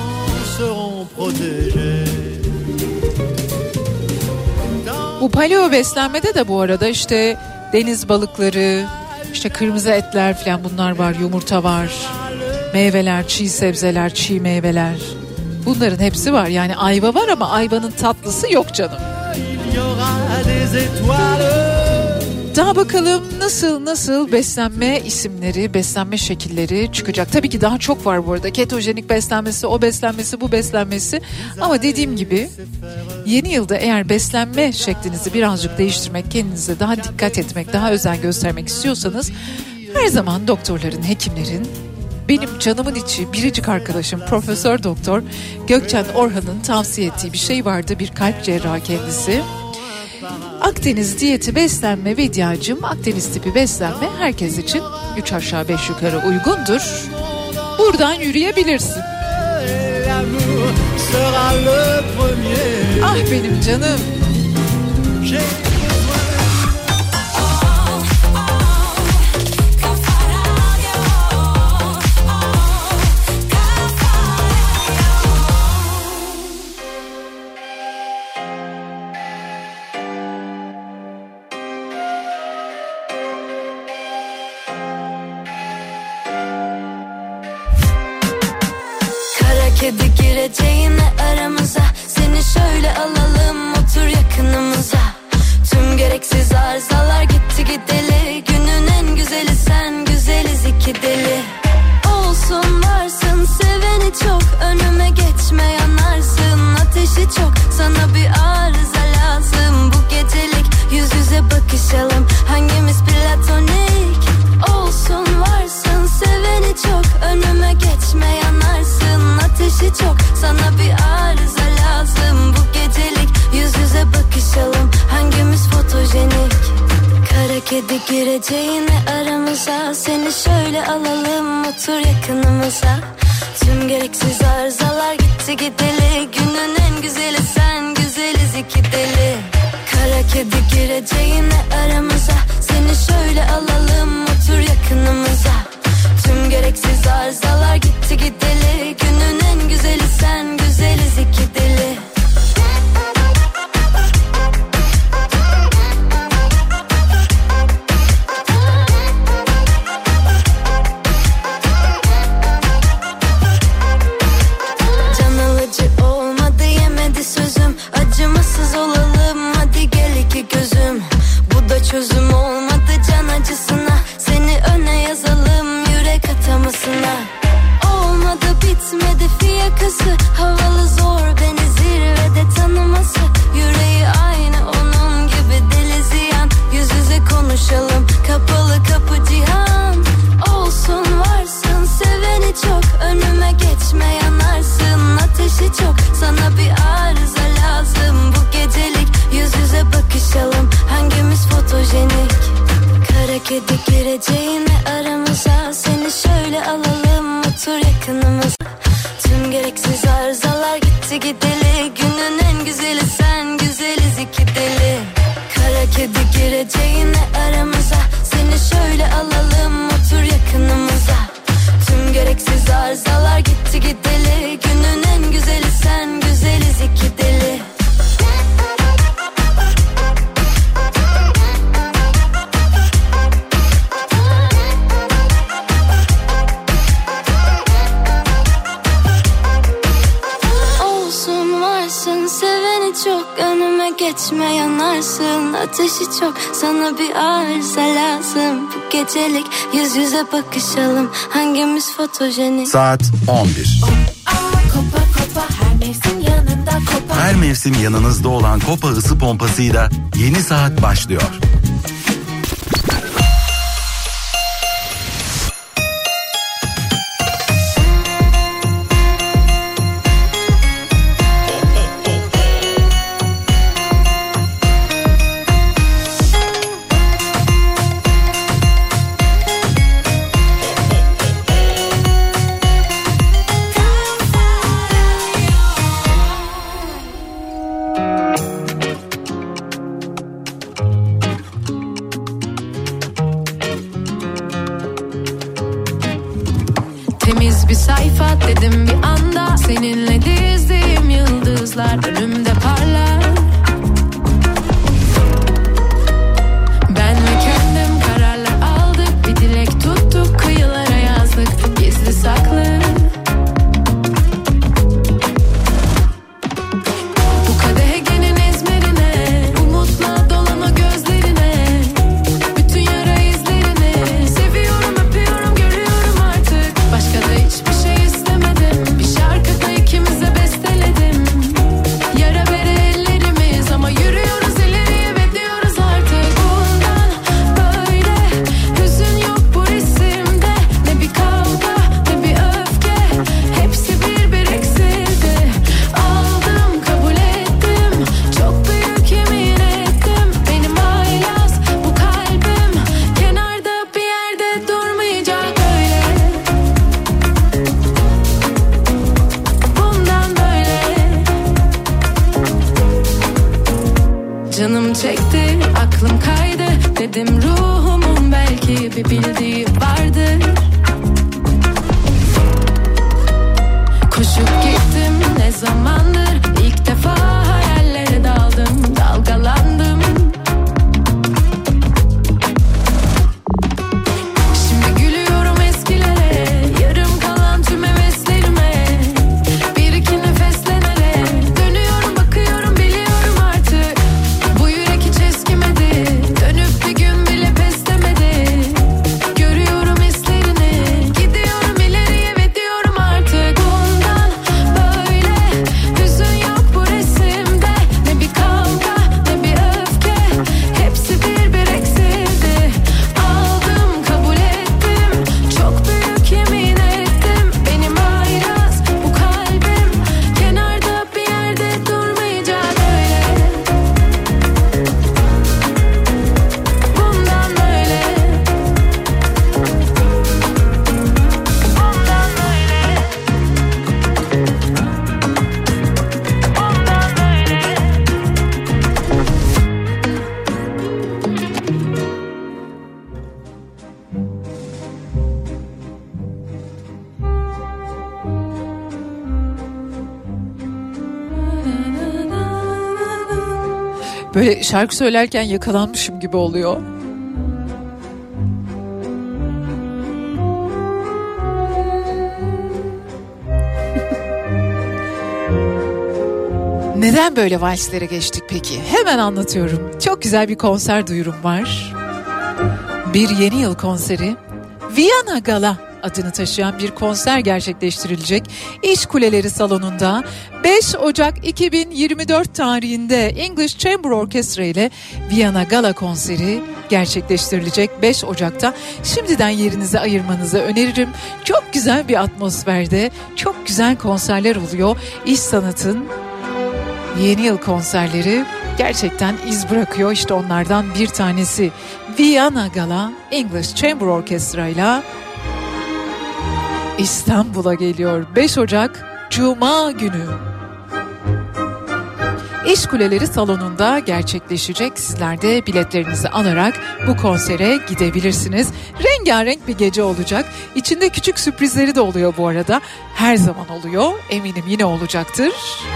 Bu paleo beslenmede de bu arada işte deniz balıkları, işte kırmızı etler falan bunlar var, yumurta var, meyveler, çiğ sebzeler, çiğ meyveler. Bunların hepsi var. Yani ayva var ama ayvanın tatlısı yok canım. Daha bakalım nasıl nasıl beslenme isimleri, beslenme şekilleri çıkacak. Tabii ki daha çok var bu arada. Ketojenik beslenmesi, o beslenmesi, bu beslenmesi. Ama dediğim gibi yeni yılda eğer beslenme şeklinizi birazcık değiştirmek, kendinize daha dikkat etmek, daha özen göstermek istiyorsanız her zaman doktorların, hekimlerin, benim canımın içi biricik arkadaşım Profesör Doktor Gökçen Orhan'ın tavsiye ettiği bir şey vardı. Bir kalp cerrahı kendisi. Akdeniz diyeti beslenme Bediacığım, Akdeniz tipi beslenme herkes için üç aşağı beş yukarı uygundur. Buradan yürüyebilirsin. Ah benim canım. Kedi gireceğine aramıza, seni şöyle alalım otur yakınımıza. Tüm gereksiz arızalar gitti gideli, günün en güzeli sen, güzeliz iki deli. Olsun varsın seveni çok, önüme geçme yanarsın, ateşi çok, sana bir arıza lazım. Bu gecelik yüz yüze bakışalım, hangimiz platonik? Olsun varsın seveni çok, önüme geçme yanarsın, ateşi çok, sana bir arıza lazım. Bu gecelik yüz yüze bakışalım, hangimiz fotojenik? Kara kedi gireceğine aramıza, seni şöyle alalım otur yakınımıza. Tüm gereksiz arızalar gitti gideli, günün en güzeli sen, güzeliz iki deli. Kara kedi gireceğine aramıza, seni şöyle alalım otur yakınımıza. Tüm gereksiz arızalar gitti gideli, günün en güzeli sen, güzeliz iki deli. Can alıcı olmadı yemedi sözüm, acımasız olalım hadi gel iki gözüm. Bu da çözüm olmadı can acısına, seni öne yazalım geçme yanarsın. Ateşi çok, sana bir arıza lazım. Bu gecelik yüz yüze bakışalım, hangimiz fotojenik? Kara kedi gireceğine aramıza, seni şöyle alalım, otur yakınımıza. Tüm gereksiz arızalar gitti gideli, günün en güzeli sen, güzeliz iki deli. Kara kedi gireceğine aramıza, seni şöyle alalım, otur yakınımıza. Tüm gereksiz arızalar gitti gideli, günün en güzeli sen, güzeliz iki deli. Çok önüme geçme yanarsın. Ateşi çok, sana bir arıza lazım. Bu gecelik yüz yüze bakışalım, hangimiz fotojenik? Saat on bir. Kopa kopa her mevsim yanında kopa. Her mevsim yanınızda olan Kopa ısı pompasıyla yeni saat başlıyor. Bir sayfa dedim bir anda, seninle dizdiğim yıldızlar önümde parlar. Ben ve kendim kararlar aldık, bir dilek tuttuk, kıyılara yazdık, gizli saklı. Bu kadehegenin ezberine, umutla dolan o gözlerine, bütün yara izlerini seviyorum, öpüyorum, görüyorum artık. Başka da hiçbir şey istemedim. Bir şarkı da ikimize besteledim. Yara bere ellerimiz ama yürüyoruz ileriye ve diyoruz artık. Bundan böyle hüzün yok bu resimde. Ne bir kavga ne bir öfke, hepsi bir bir eksildi. Aldım kabul ettim, çok büyük yemin ettim. Benim haylaz bu kalbim, kenarda bir yerde durmayacak öyle. Bundan böyle canım çekti, aklım kaydı, dedim ruhumun belki bir bildiği vardır. Koşup gittim ne zamandır, ilk defa hayallere daldım, dalgalandım. Şimdi gülüyorum eskilere, yarım kalan tüm heveslerime. Bir iki nefesle nereye dönüyorum, bakıyorum, biliyorum artık. Bu yürek hiç eskimedi, dönüp bir gün bile pes demedi. Görüyorum hislerini, gidiyorum ileriye ve diyorum artık. Bundan böyle hüzün yok bu resimde. Ne bir kavga ne bir öfke, hepsi bir bir eksildi. Aldım kabul ettim, çok büyük yemin ettim. Benim haylaz bu kalbim, kenarda bir yerde durmayacak öyle. Bundan böyle, bundan böyle, bundan böyle. Böyle şarkı söylerken yakalanmışım gibi oluyor. Neden böyle valslere geçtik peki? Hemen anlatıyorum. Çok güzel bir konser duyurum var. Bir yeni yıl konseri. Viyana Gala adını taşıyan bir konser gerçekleştirilecek. İş Kuleleri Salonu'nda beş Ocak iki bin yirmi dört tarihinde English Chamber Orchestra ile Viyana Gala konseri gerçekleştirilecek beş Ocak'ta. Şimdiden yerinizi ayırmanızı öneririm. Çok güzel bir atmosferde, çok güzel konserler oluyor. İş Sanat'ın yeni yıl konserleri gerçekten iz bırakıyor. İşte onlardan bir tanesi Viyana Gala English Chamber Orchestra ile İstanbul'a geliyor. beş Ocak Cuma günü. İş Kuleleri salonunda gerçekleşecek. Sizler de biletlerinizi alarak bu konsere gidebilirsiniz. Rengarenk bir gece olacak. İçinde küçük sürprizleri de oluyor bu arada. Her zaman oluyor. Eminim yine olacaktır.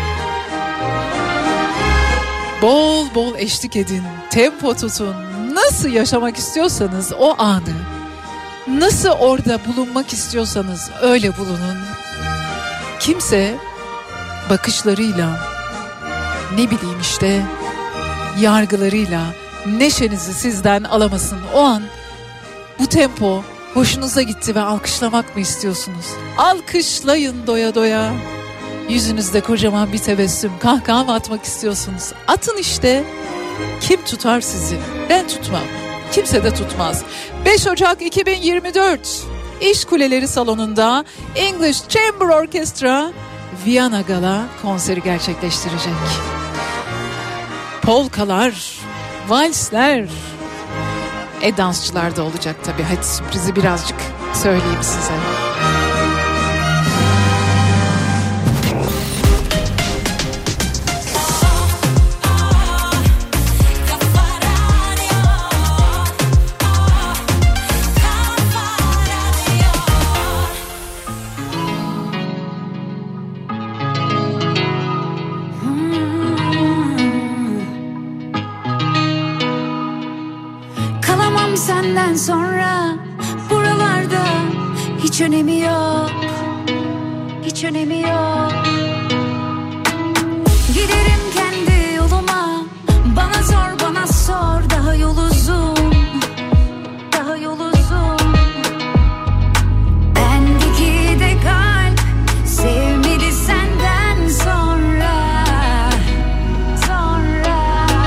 Bol bol eşlik edin. Tempo tutun. Nasıl yaşamak istiyorsanız o anı, nasıl orada bulunmak istiyorsanız öyle bulunun. Kimse bakışlarıyla, ne bileyim işte yargılarıyla neşenizi sizden alamasın. O an bu tempo hoşunuza gitti ve alkışlamak mı istiyorsunuz? Alkışlayın doya doya. Yüzünüzde kocaman bir tebessüm, kahkaha mı atmak istiyorsunuz? Atın işte. Kim tutar sizi? Ben tutmam. Kimse de tutmaz. beş Ocak iki bin yirmi dört İş Kuleleri salonunda English Chamber Orchestra Viyana Gala konseri gerçekleştirecek. Polkalar, valsler, e dansçılar da olacak tabii. Hadi sürprizi birazcık söyleyeyim size. Senden sonra buralarda hiç önemi yok, hiç önemi yok. Giderim kendi yoluma, bana sor bana sor, daha yol uzun, daha yol uzun. Bendeki de kalp sevmedi senden sonra, sonra.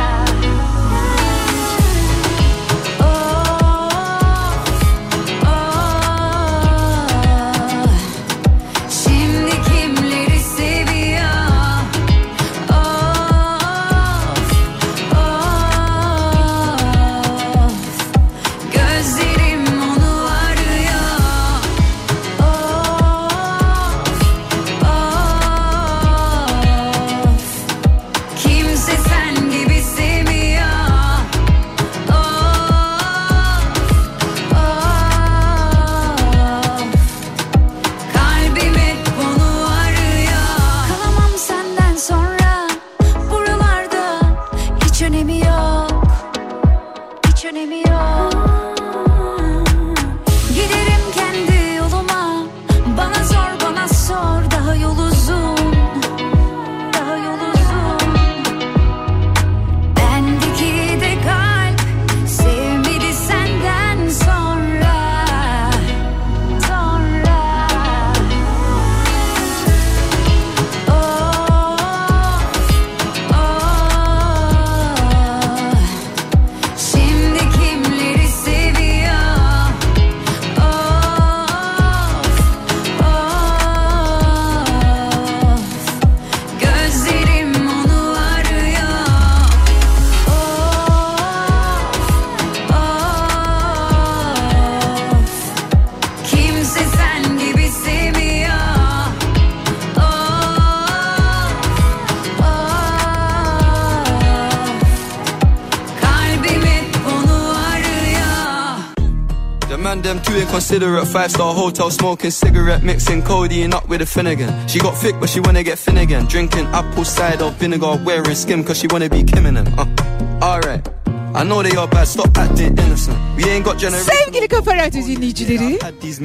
Them too inconsiderate, five-star hotel smoking cigarette, mixing codeine up with a Finnegan. She got thick but she wanna get thin again, drinking apple cider vinegar, wearing skim cause she wanna be Kim and them. uh, Alright, I know they are bad, stop acting innocent. We ain't got generation. Sevgili Kafa Radyo dinleyicileri,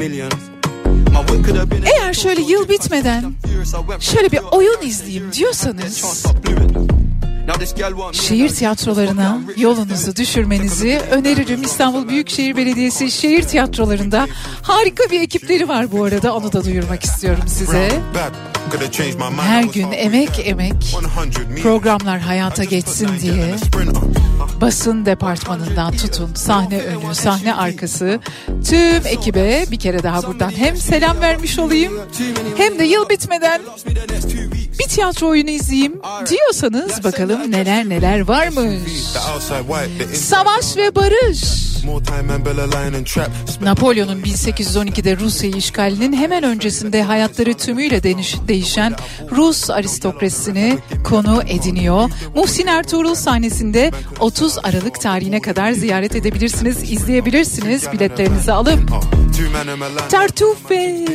eğer şöyle yıl bitmeden şöyle bir oyun izleyeyim diyorsanız, şehir tiyatrolarına yolunuzu düşürmenizi öneririm. İstanbul Büyükşehir Belediyesi şehir tiyatrolarında harika bir ekipleri var bu arada. Onu da duyurmak istiyorum size. Her gün emek emek programlar hayata geçsin diye basın departmanından tutun sahne önü, sahne arkası tüm ekibe bir kere daha buradan hem selam vermiş olayım hem de yıl bitmeden bir tiyatro oyunu izleyeyim diyorsanız bakalım neler neler varmış. Savaş ve Barış. Napolyon'un bin sekiz yüz on ikide Rusya'yı işgalinin hemen öncesinde hayatları tümüyle değişen Rus aristokrasisini konu ediniyor. Muhsin Ertuğrul sahnesinde otuz Aralık tarihine kadar ziyaret edebilirsiniz, izleyebilirsiniz biletlerinizi alıp. Tartuffe.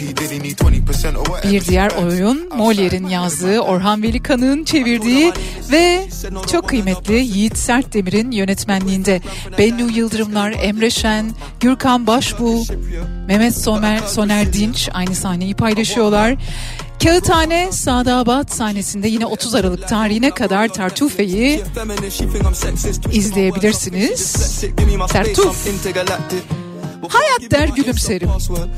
Bir diğer oyun Molière'in yazdığı, Orhan Veli Kanık'ın çevirdiği ve çok kıymetli Yiğit Sertdemir'in yönetmenliğinde Bennu Yıldırımlar, Emre Şen, Gürkan Başbuğ, Mehmet Somer, Soner Dinç aynı sahneyi paylaşıyorlar. Kağıthane Sadabat sahnesinde yine otuz Aralık tarihine kadar Tartuffe'yi izleyebilirsiniz. Tartuf. Hayat der gülümserim.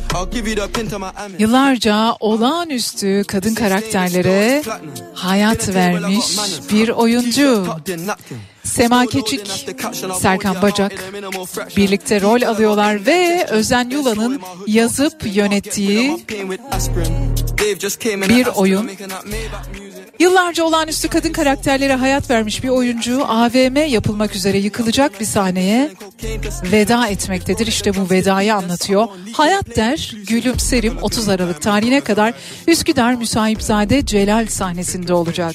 Yıllarca olağanüstü kadın karakterlere hayat vermiş bir oyuncu. Sema Keçik, Serkan Bacak birlikte rol alıyorlar ve Özen Yula'nın yazıp yönettiği bir oyun. Yıllarca olağanüstü kadın karakterlere hayat vermiş bir oyuncu A V M yapılmak üzere yıkılacak bir sahneye veda etmektedir. İşte bu vedayı anlatıyor. Hayat der gülümserim otuz Aralık tarihine kadar Üsküdar Müsahipzade Celal sahnesinde olacak.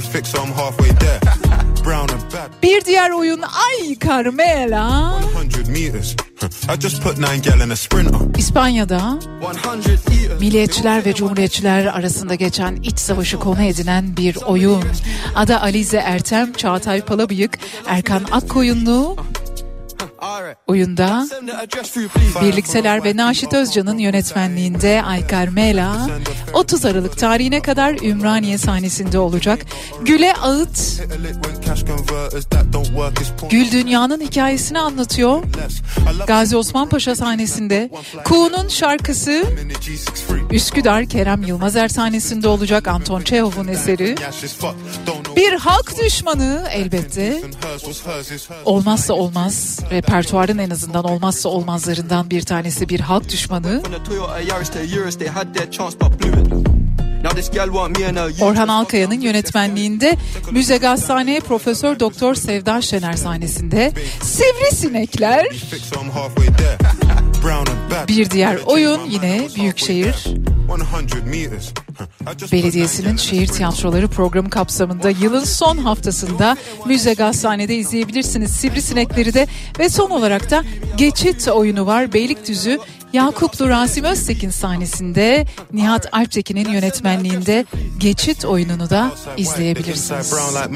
Bir diğer oyun Ay Carmela. İspanya'da milliyetçiler ve cumhuriyetçiler arasında geçen iç savaşı konu edinen bir oyun. Ada Alize Ertem, Çağatay Palabıyık, Erkan Akkoyunlu oyunda birlikteler ve Naşit Özcan'ın yönetmenliğinde Ay Carmela otuz Aralık tarihine kadar Ümraniye sahnesinde olacak. Güle Ağıt Gül Dünya'nın hikayesini anlatıyor. Gazi Osman Paşa sahnesinde. Kuğu'nun şarkısı Üsküdar Kerem Yılmazer sahnesinde olacak. Anton Çehov'un eseri. Bir halk düşmanı elbette. Olmazsa olmaz repertuarın en azından olmazsa olmazlarından bir tanesi bir halk düşmanı. Orhan Alkaya'nın yönetmenliğinde Müze Gazhane Profesör Doktor Sevda Şener sahnesinde. Sivrisinekler. Bir diğer oyun yine Büyükşehir Belediyesi'nin şehir tiyatroları programı kapsamında yılın son haftasında Müze Gazhane'de izleyebilirsiniz Sivrisinekleri de ve son olarak da Geçit oyunu var. Beylikdüzü Yakuplu Rasim Öztekin sahnesinde Nihat Alptekin'in yönetmenliğinde Geçit oyununu da izleyebilirsiniz.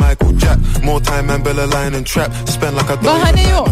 Bahane yok.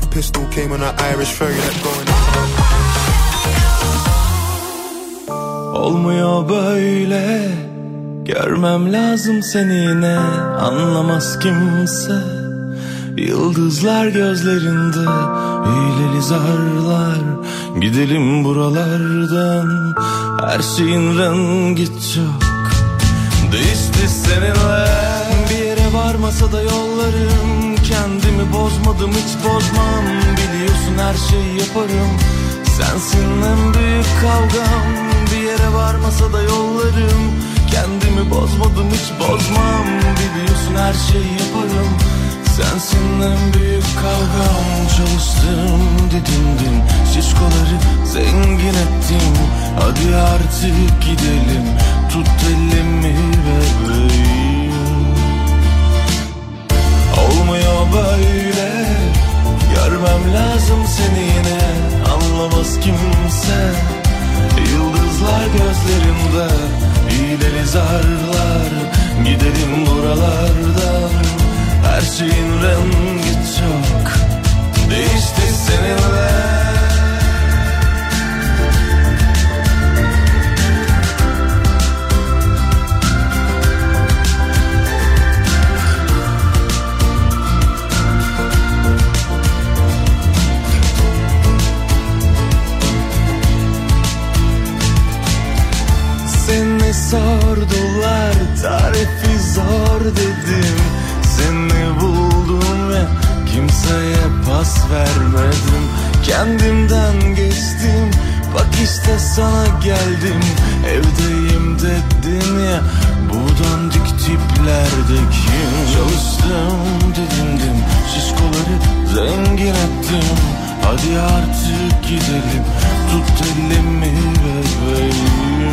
Olmuyor böyle, görmem lazım seni yine, anlamaz kimse. Yıldızlar gözlerinde, hileli zarlar, gidelim buralardan. Her şeyin rengi çok değişti seninle. Bir yere varmasa da yollarım, kendimi bozmadım hiç bozmam. Biliyorsun her şeyi yaparım, sensin en büyük kavgam. Bir yere varmasa da yollarım, kendimi bozmadım hiç bozmam. Biliyorsun her şeyi yaparım, sensin en büyük kavgam. Çalıştım didindim, şişkoları zengin ettim. Hadi artık gidelim, tut elimi bebeğim. Olmuyor böyle, görmem lazım seni yine, anlamaz kimse. Yıldızlar gözlerimde, hileli zarlar, gidelim buralardan. Her şeyin rengi çok değişti seninle. sordular, tarifi zor dedim. Seni buldum ve kimseye pas vermedim. Kendimden geçtim, bak işte sana geldim. Evdeyim dedin ya, bu dandik tiplerde kim? Çalıştım didindim, şişkoları zengin ettim. Hadi artık gidelim, tut elimi bebeğim.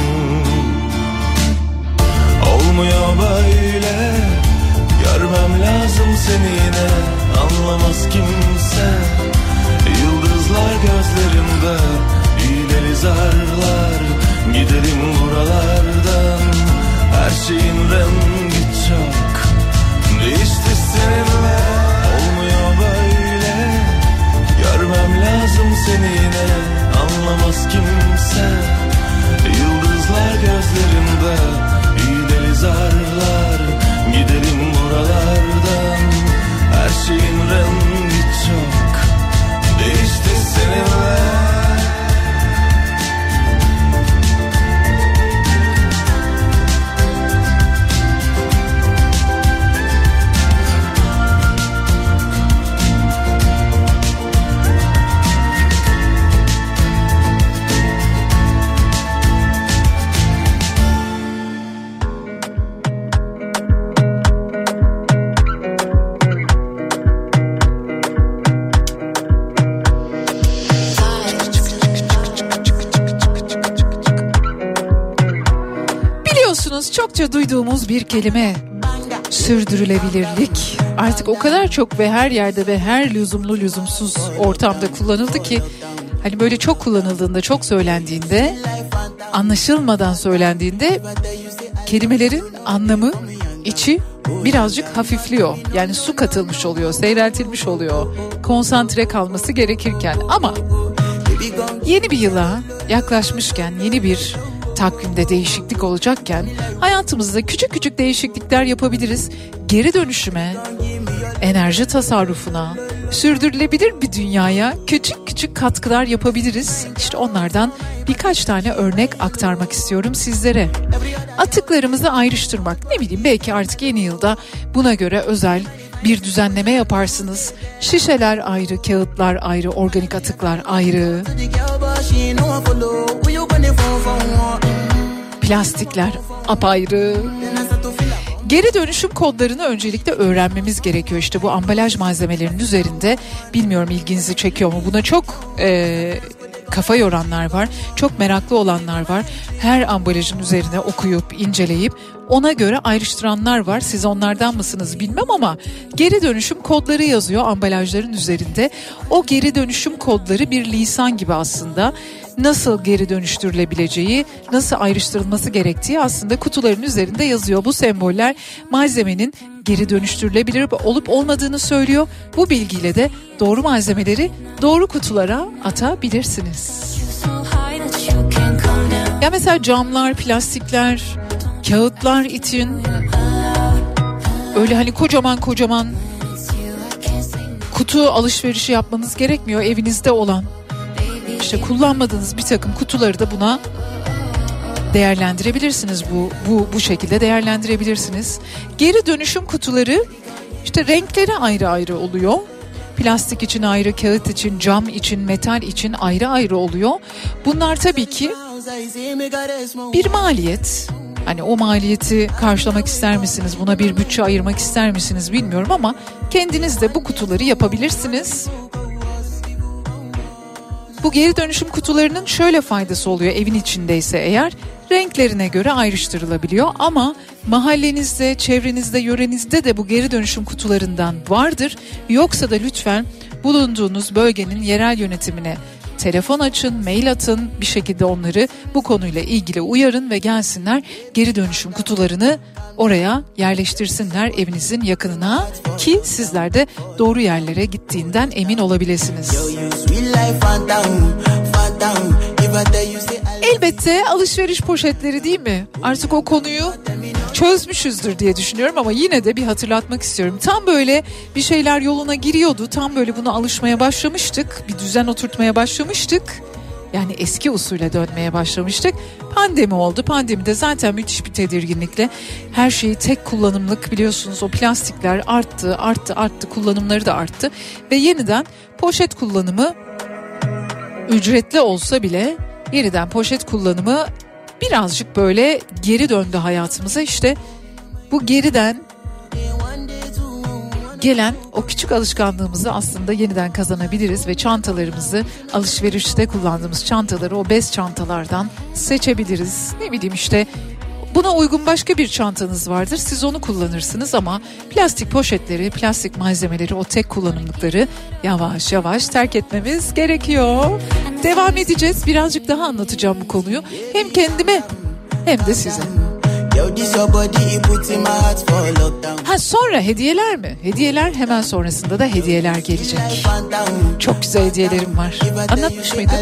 Olmuyor böyle, görmem lazım seni yine. Anlamaz kimse, yıldızlar gözlerimde, hileli zarlar. Gidelim buralardan, her şeyin rengi çok değişti seninle. Olmuyor böyle, görmem lazım seni yine. Anlamaz kimse, yıldızlar gözlerimde, hileli zarlar. Gidelim buralardan, her şeyin rengi çok değişti seninle. Çokça duyduğumuz bir kelime, sürdürülebilirlik. Artık o kadar çok ve her yerde ve her lüzumlu lüzumsuz ortamda kullanıldı ki hani böyle çok kullanıldığında, çok söylendiğinde, anlaşılmadan söylendiğinde kelimelerin anlamı, içi birazcık hafifliyor. Yani su katılmış oluyor, seyreltilmiş oluyor, konsantre kalması gerekirken. Ama yeni bir yıla yaklaşmışken, yeni bir takvimde değişiklik olacakken hayatımızda küçük küçük değişiklikler yapabiliriz. Geri dönüşüme, enerji tasarrufuna, sürdürülebilir bir dünyaya küçük küçük katkılar yapabiliriz. İşte onlardan birkaç tane örnek aktarmak istiyorum sizlere. Atıklarımızı ayrıştırmak. Ne bileyim, belki artık yeni yılda buna göre özel bir düzenleme yaparsınız. Şişeler ayrı, kağıtlar ayrı, organik atıklar ayrı. Plastikler apayrı. Geri dönüşüm kodlarını öncelikle öğrenmemiz gerekiyor. İşte bu ambalaj malzemelerinin üzerinde, bilmiyorum ilginizi çekiyor mu? Buna çok e, kafa yoranlar var, çok meraklı olanlar var. Her ambalajın üzerine okuyup, inceleyip ona göre ayrıştıranlar var. Siz onlardan mısınız bilmem ama geri dönüşüm kodları yazıyor ambalajların üzerinde. O geri dönüşüm kodları bir lisan gibi aslında. Nasıl geri dönüştürülebileceği, nasıl ayrıştırılması gerektiği aslında kutuların üzerinde yazıyor. Bu semboller malzemenin geri dönüştürülebilir olup olmadığını söylüyor. Bu bilgiyle de doğru malzemeleri doğru kutulara atabilirsiniz. Ya mesela camlar, plastikler, kağıtlar için öyle hani kocaman kocaman kutu alışverişi yapmanız gerekmiyor. Evinizde olan, İşte kullanmadığınız bir takım kutuları da buna değerlendirebilirsiniz. Bu bu bu şekilde değerlendirebilirsiniz. Geri dönüşüm kutuları işte renkleri ayrı ayrı oluyor. Plastik için ayrı, kağıt için, cam için, metal için ayrı ayrı oluyor. Bunlar tabii ki bir maliyet. Hani o maliyeti karşılamak ister misiniz? Buna bir bütçe ayırmak ister misiniz bilmiyorum ama kendiniz de bu kutuları yapabilirsiniz. Bu geri dönüşüm kutularının şöyle faydası oluyor evin içindeyse eğer, renklerine göre ayrıştırılabiliyor ama mahallenizde, çevrenizde, yörenizde de bu geri dönüşüm kutularından vardır. Yoksa da lütfen bulunduğunuz bölgenin yerel yönetimine telefon açın, mail atın, bir şekilde onları bu konuyla ilgili uyarın ve gelsinler geri dönüşüm kutularını oraya yerleştirsinler evinizin yakınına ki sizler de doğru yerlere gittiğinden emin olabilirsiniz. Elbette alışveriş poşetleri değil mi? Artık o konuyu çözmüşüzdür diye düşünüyorum ama yine de bir hatırlatmak istiyorum. Tam böyle bir şeyler yoluna giriyordu. Tam böyle buna alışmaya başlamıştık. Bir düzen oturtmaya başlamıştık. Yani eski usule dönmeye başlamıştık. Pandemi oldu. Pandemide zaten müthiş bir tedirginlikle her şeyi tek kullanımlık, biliyorsunuz o plastikler arttı, arttı, arttı, kullanımları da arttı. Ve yeniden poşet kullanımı ücretli olsa bile yeniden poşet kullanımı birazcık böyle geri döndü hayatımıza. İşte bu geriden gelen o küçük alışkanlığımızı aslında yeniden kazanabiliriz ve çantalarımızı, alışverişte kullandığımız çantaları o bez çantalardan seçebiliriz. Ne bileyim işte buna uygun başka bir çantanız vardır, siz onu kullanırsınız ama plastik poşetleri, plastik malzemeleri, o tek kullanımlıkları yavaş yavaş terk etmemiz gerekiyor. Devam edeceğiz, birazcık daha anlatacağım bu konuyu hem kendime hem de size. Ha sonra hediyeler mi? Hediyeler hemen sonrasında da hediyeler gelecek. Çok güzel hediyelerim var. Anlatmış mıydım?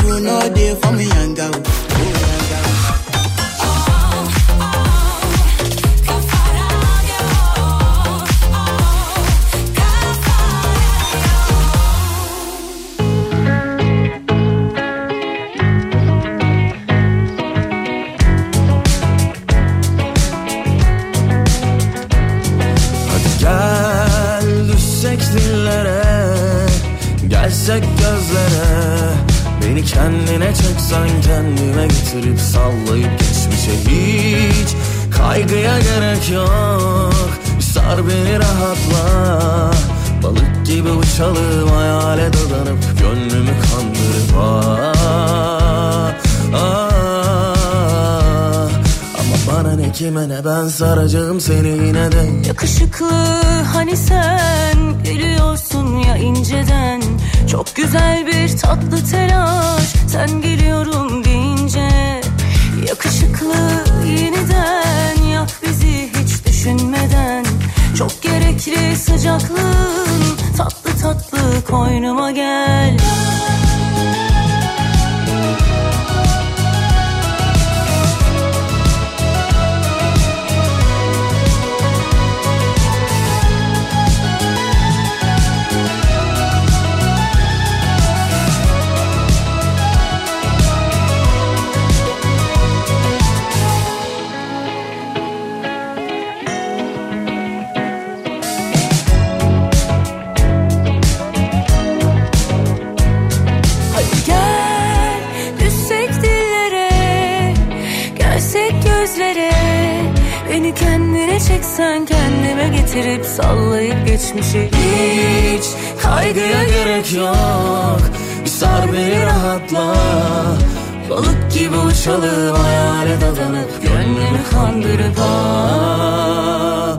Gelsek gözlere, beni kendine çeksen kendime getirip sallayıp geçmişe hiç kaygıya gerek yok. Sar beni rahatla, balık gibi uçalım hayale dadanıp gönlümü kandırıp ah, ah. Ama bana ne kime ne ben saracağım seni yine de. Yakışıklı hani sen gülüyorsun ya inceden. Çok güzel bir tatlı telaş sen geliyorum deyince. Yakışıklı yeniden yak bizi hiç düşünmeden. Çok gerekli sıcaklığın tatlı tatlı koynuma gel. Beni kendine çeksen kendime getirip sallayıp geçmişi hiç kaygıya gerek yok. Bir sar beni rahatla, balık gibi uçalım hayale dadanıp gönlümü kandırıp ah,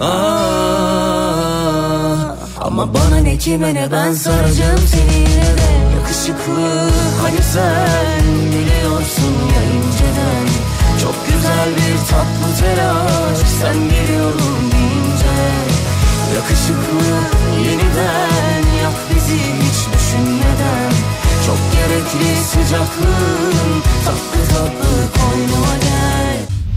ah. Ama bana ne kime ne ben saracağım seni yine de. Yakışıklı hani sen biliyorsun ya inceden. Çok güzel bir tatlı telaş sen geliyorum deyince. Yakışıklı yeniden yak bizi hiç düşünmeden. Çok gerekli sıcaklığın tatlı tatlı koynuma gel.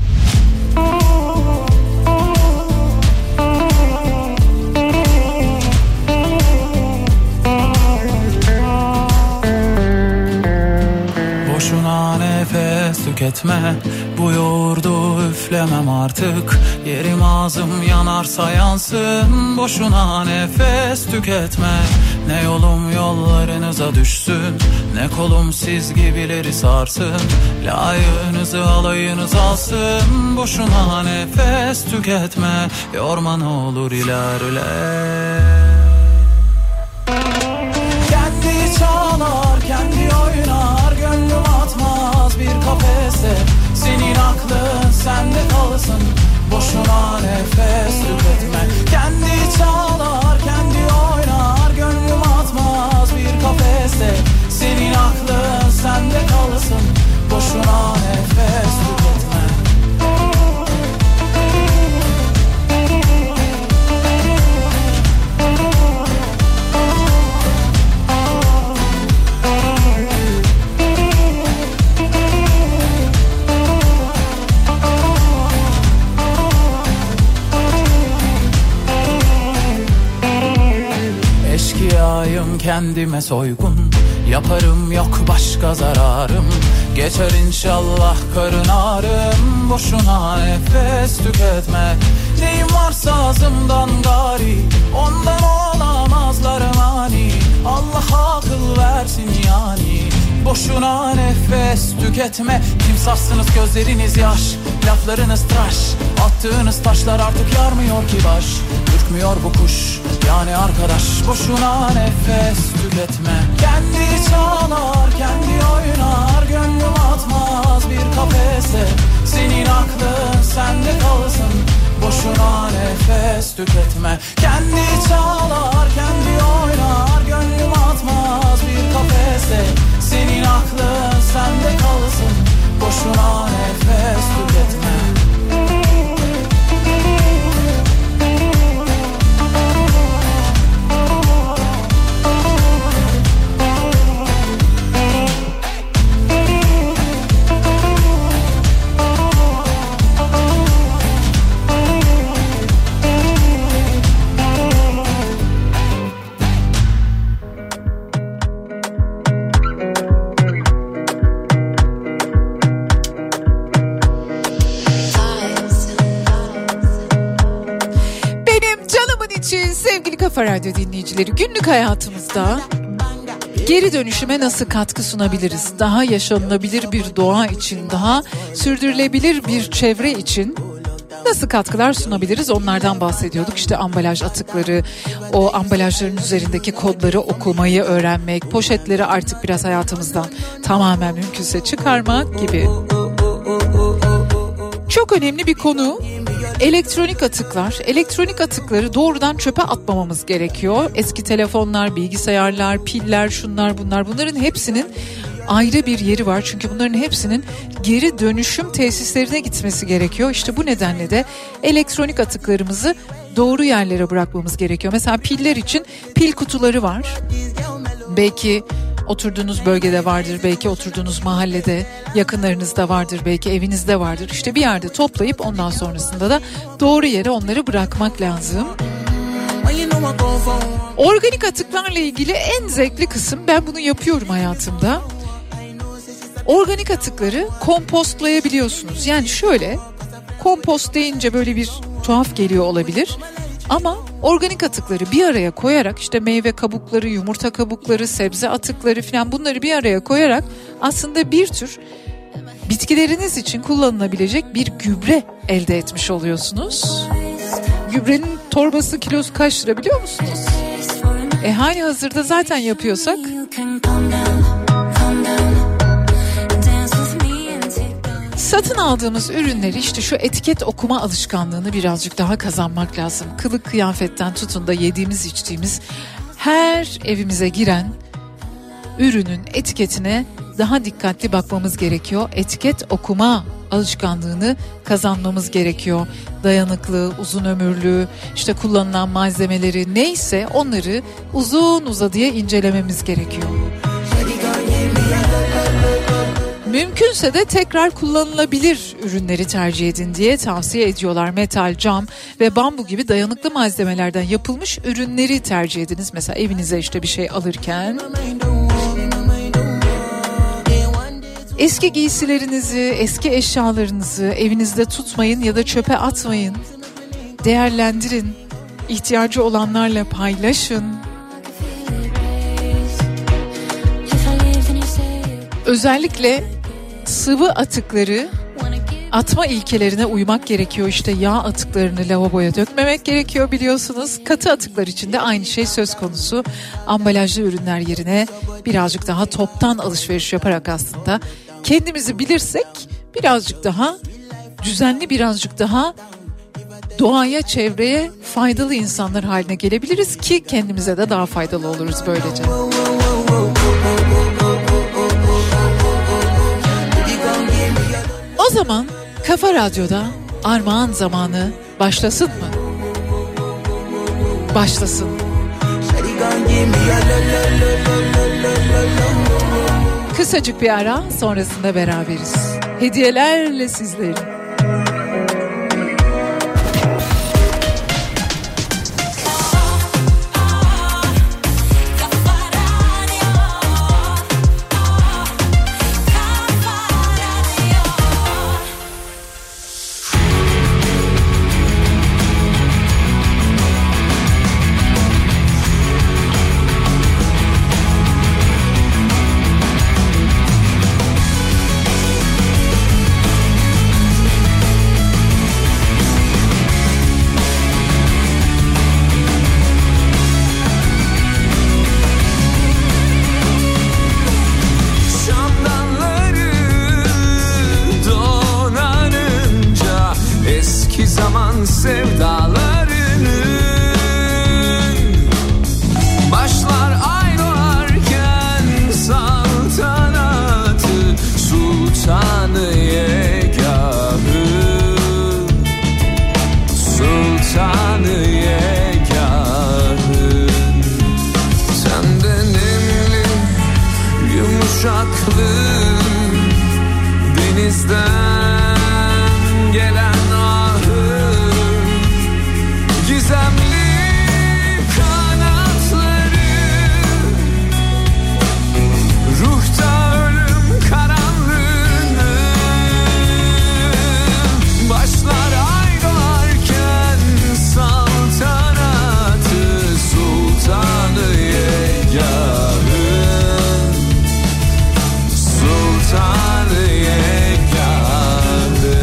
Boşuna nefes tüketme, bu yoğurdu üflemem artık. Yerim ağzım yanarsa yansın, boşuna nefes tüketme. Ne yolum yollarınıza düşsün, ne kolum siz gibileri sarsın. Layığınızı alayınız alsın, boşuna nefes tüketme. Yorma ne olur ilerle. Kendi çalar, kendi oynar, gönlüm atmaz bir kafese. Senin aklın sende kalsın, boşuna nefes tüketme. Kendi çalar, kendi oynar, gönlüm atmaz bir kafese. Senin aklın sende kalsın, boşuna nefes tüketme. Eşkıyayım kendime soygun, Yaparım yok başka zararım. Geçer inşallah karın ağrım. Boşuna nefes tüketme. Neyim varsa ağzımdan gari, ondan olamazlar mani. Allah akıl versin yani. Boşuna nefes tüketme. Timsahsınız gözleriniz yaş, laflarınız tıraş. Attığınız taşlar artık yarmıyor ki baş. Ürkmüyor bu kuş yani arkadaş. Boşuna nefes tüketme. Kendi çalar kendi oynar. Gönlüm atmaz bir kafese. Senin aklın sende kalsın. Boşuna nefes tüketme. Kendi çalar kendi oynar. Gönlüm atmaz bir kafese. Senin aklın sende kalsın. Boşuna nefes tüketme. Sevgili Kafa Radyo dinleyicileri, günlük hayatımızda geri dönüşüme nasıl katkı sunabiliriz? Daha yaşanılabilir bir doğa için, daha sürdürülebilir bir çevre için nasıl katkılar sunabiliriz? Onlardan bahsediyorduk. İşte ambalaj atıkları, o ambalajların üzerindeki kodları okumayı öğrenmek, poşetleri artık biraz hayatımızdan tamamen mümkünse çıkarmak gibi. Çok önemli bir konu. Elektronik atıklar. Elektronik atıkları doğrudan çöpe atmamamız gerekiyor. Eski telefonlar, bilgisayarlar, piller, şunlar bunlar, bunların hepsinin ayrı bir yeri var. Çünkü bunların hepsinin geri dönüşüm tesislerine gitmesi gerekiyor. İşte bu nedenle de elektronik atıklarımızı doğru yerlere bırakmamız gerekiyor. Mesela piller için pil kutuları var. Belki oturduğunuz bölgede vardır, belki oturduğunuz mahallede, yakınlarınızda vardır, belki evinizde vardır. İşte bir yerde toplayıp ondan sonrasında da doğru yere onları bırakmak lazım. Organik atıklarla ilgili en zevkli kısım, ben bunu yapıyorum hayatımda. Organik atıkları kompostlayabiliyorsunuz. Yani şöyle, kompost deyince böyle bir tuhaf geliyor olabilir. Ama organik atıkları bir araya koyarak, işte meyve kabukları, yumurta kabukları, sebze atıkları falan, bunları bir araya koyarak aslında bir tür bitkileriniz için kullanılabilecek bir gübre elde etmiş oluyorsunuz. Gübrenin torbası, kilosu kaç lira biliyor musunuz? E hali hazırda zaten yapıyorsak satın aldığımız ürünleri, işte şu etiket okuma alışkanlığını birazcık daha kazanmak lazım. Kılık kıyafetten tutun da yediğimiz içtiğimiz her evimize giren ürünün etiketine daha dikkatli bakmamız gerekiyor. Etiket okuma alışkanlığını kazanmamız gerekiyor. Dayanıklı, uzun ömürlü, işte kullanılan malzemeleri neyse onları uzun uzadıya incelememiz gerekiyor. Mümkünse de tekrar kullanılabilir ürünleri tercih edin diye tavsiye ediyorlar. Metal, cam ve bambu gibi dayanıklı malzemelerden yapılmış ürünleri tercih ediniz. Mesela evinize işte bir şey alırken. Eski giysilerinizi, eski eşyalarınızı evinizde tutmayın ya da çöpe atmayın. Değerlendirin. İhtiyacı olanlarla paylaşın. Özellikle sıvı atıkları atma ilkelerine uymak gerekiyor. İşte yağ atıklarını lavaboya dökmemek gerekiyor biliyorsunuz. Katı atıklar için de aynı şey söz konusu. Ambalajlı ürünler yerine birazcık daha toptan alışveriş yaparak aslında kendimizi bilirsek birazcık daha düzenli, birazcık daha doğaya, çevreye faydalı insanlar haline gelebiliriz ki kendimize de daha faydalı oluruz böylece. O zaman Kafa Radyo'da Armağan zamanı başlasın mı? Başlasın. Kısacık bir ara, sonrasında beraberiz. Hediyelerle sizlerin. zaman sevdalarının başlar ay doğarken saltanatı sultanı yegahı sultanı yegahı senden nemli yumuşaklı denizden gelen ahı gizemli kanatları ruhta ölüm karanlığını başlar ay doğarken saltanatı sultanı yegahı sultanı yegahı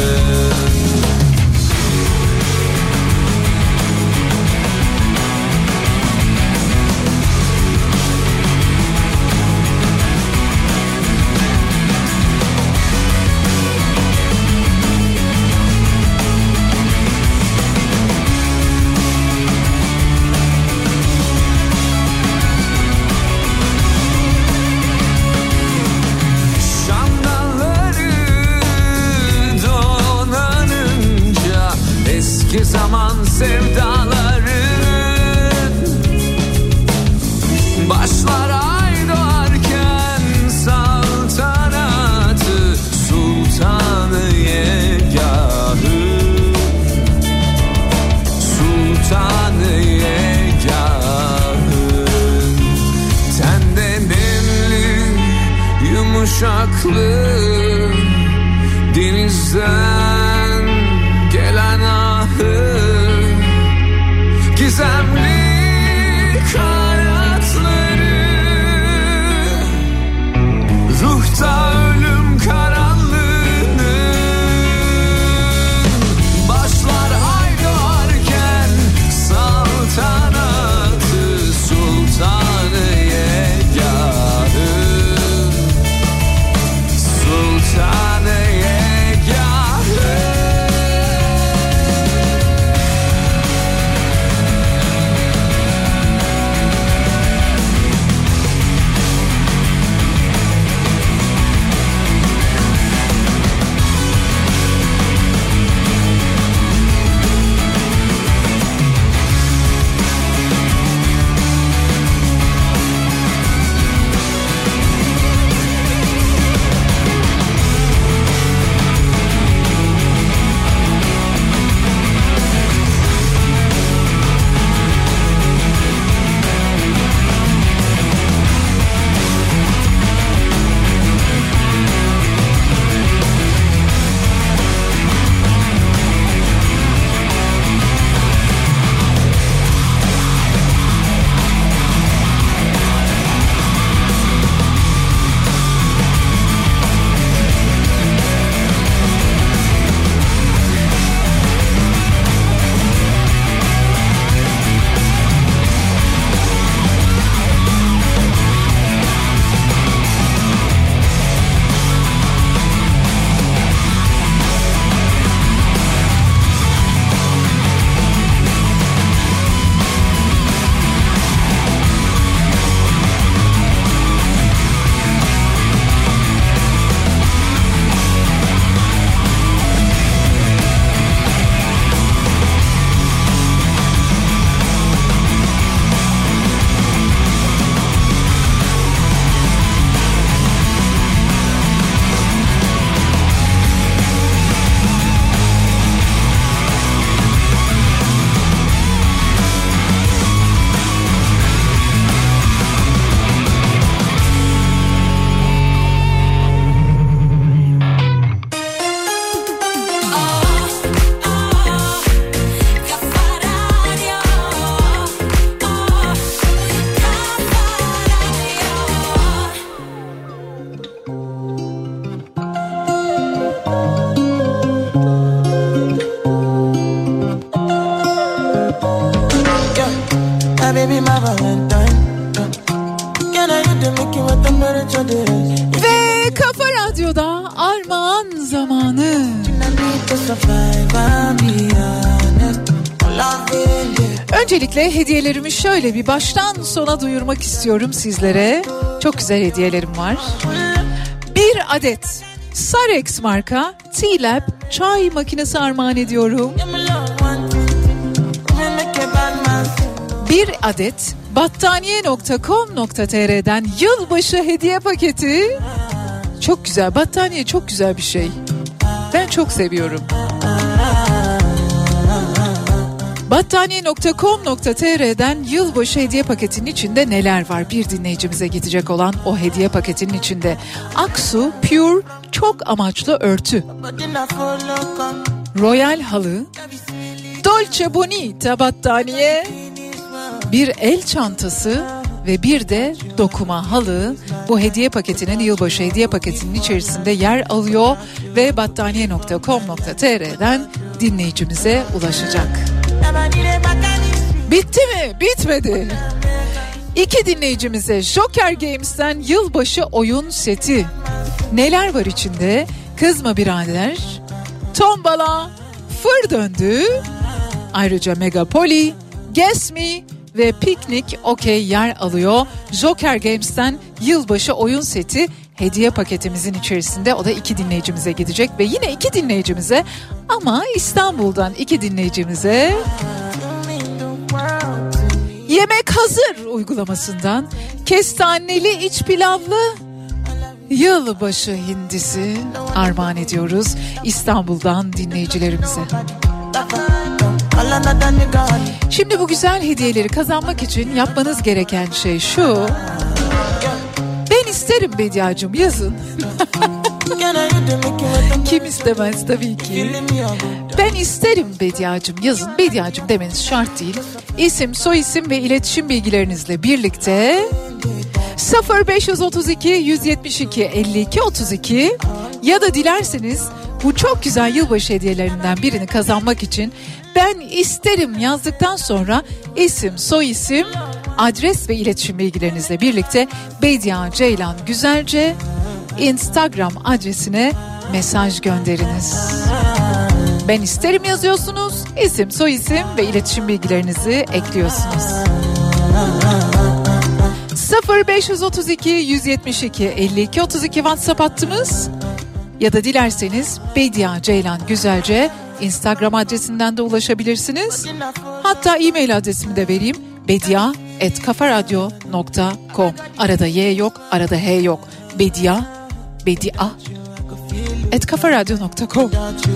şandaları donanınca eski zaman sevdaların başlar ay doğarken saltanatı sultanı yegahı sultanı yegahı tende nemli yumuşaklı denizden gelen ahı gizemli kanatları ruhta ölüm karanlığının başlar ay doğarken saltanatı sultanı yegahı sultanı yegahı baby, my Valentine. Can I hit the Mickey with temperature this? Ve Kafa Radyo'da armağan zamanı. Öncelikle hediyelerimi şöyle bir baştan sona duyurmak istiyorum sizlere. Çok güzel hediyelerim var. Bir adet Sarex marka T-Lab çay makinesi armağan ediyorum. Bir adet battaniye nokta com nokta tr'den yılbaşı hediye paketi. Çok güzel, battaniye çok güzel bir şey. Ben çok seviyorum. battaniye nokta com nokta tr'den yılbaşı hediye paketinin içinde neler var? Bir dinleyicimize gidecek olan o hediye paketinin içinde Aksu Pure çok amaçlı örtü, Royal halı, Dolce Bonita battaniye, bir el çantası ve bir de dokuma halı bu hediye paketinin, yılbaşı hediye paketinin içerisinde yer alıyor ve battaniye nokta com nokta tr'den dinleyicimize ulaşacak. Bitti mi? Bitmedi. İki dinleyicimize Joker Games'ten yılbaşı oyun seti. Neler var içinde? Kızma birader, tombala, fır döndü, ayrıca Megapoli, Guess Me ve piknik okey yer alıyor. Joker Games'ten yılbaşı oyun seti hediye paketimizin içerisinde, o da iki dinleyicimize gidecek ve yine iki dinleyicimize, ama İstanbul'dan iki dinleyicimize Yemek Hazır uygulamasından kestaneli iç pilavlı yılbaşı hindisi armağan ediyoruz İstanbul'dan dinleyicilerimize. Şimdi bu güzel hediyeleri kazanmak için yapmanız gereken şey şu: ben isterim Bediacığım yazın. Kim istemez tabii ki. Ben isterim Bediacığım yazın. Bediacığım demeniz şart değil. İsim, soyisim ve iletişim bilgilerinizle birlikte sıfır beş otuz iki yüz yetmiş iki elli iki otuz iki ya da dilerseniz bu çok güzel yılbaşı hediyelerinden birini kazanmak için ben isterim yazdıktan sonra isim, soyisim, adres ve iletişim bilgilerinizle birlikte Bedia Ceylan Güzelce Instagram adresine mesaj gönderiniz. Ben isterim yazıyorsunuz, isim, soyisim ve iletişim bilgilerinizi ekliyorsunuz. sıfır beş otuz iki yüz yetmiş iki elli iki otuz iki WhatsApp hattımız ya da dilerseniz Bedia Ceylan Güzelce Instagram adresinden de ulaşabilirsiniz. Hatta e-mail adresimi de vereyim: bedia at kafaradyo nokta com. Arada Y yok, arada H yok. Bedia, bedia at kafaradyo nokta com.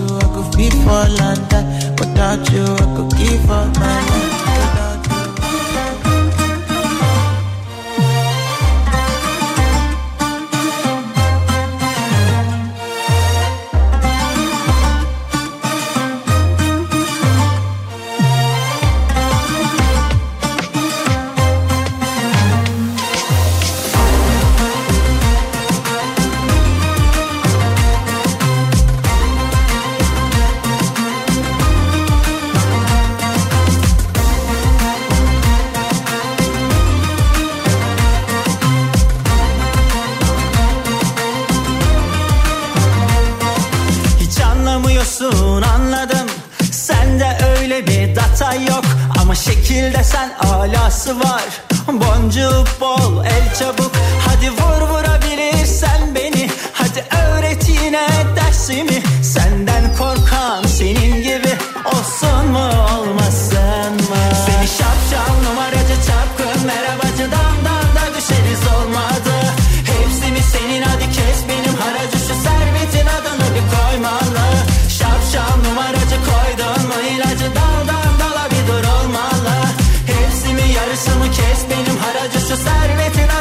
Anladım, sende öyle bir data yok, ama şekilde sen alası var. Boncuğu bol, el çabuk, hadi vur vurabilirsen beni. Hadi öğret yine dersimi, senden korkan senin gibi olsun mu olmasın mı? Seni şapşal numaracı çapkın merhabacı damdan da düşeriz olmadı. Hepsi mi senin, hadi kes benim haracı, şu servetin adını bir koymalı. Şapşal numaracı koydun mu ilacı, daldan dala bir dur olmalı. Hepsi mi yarısı mı, kes benim haracı, şu servetin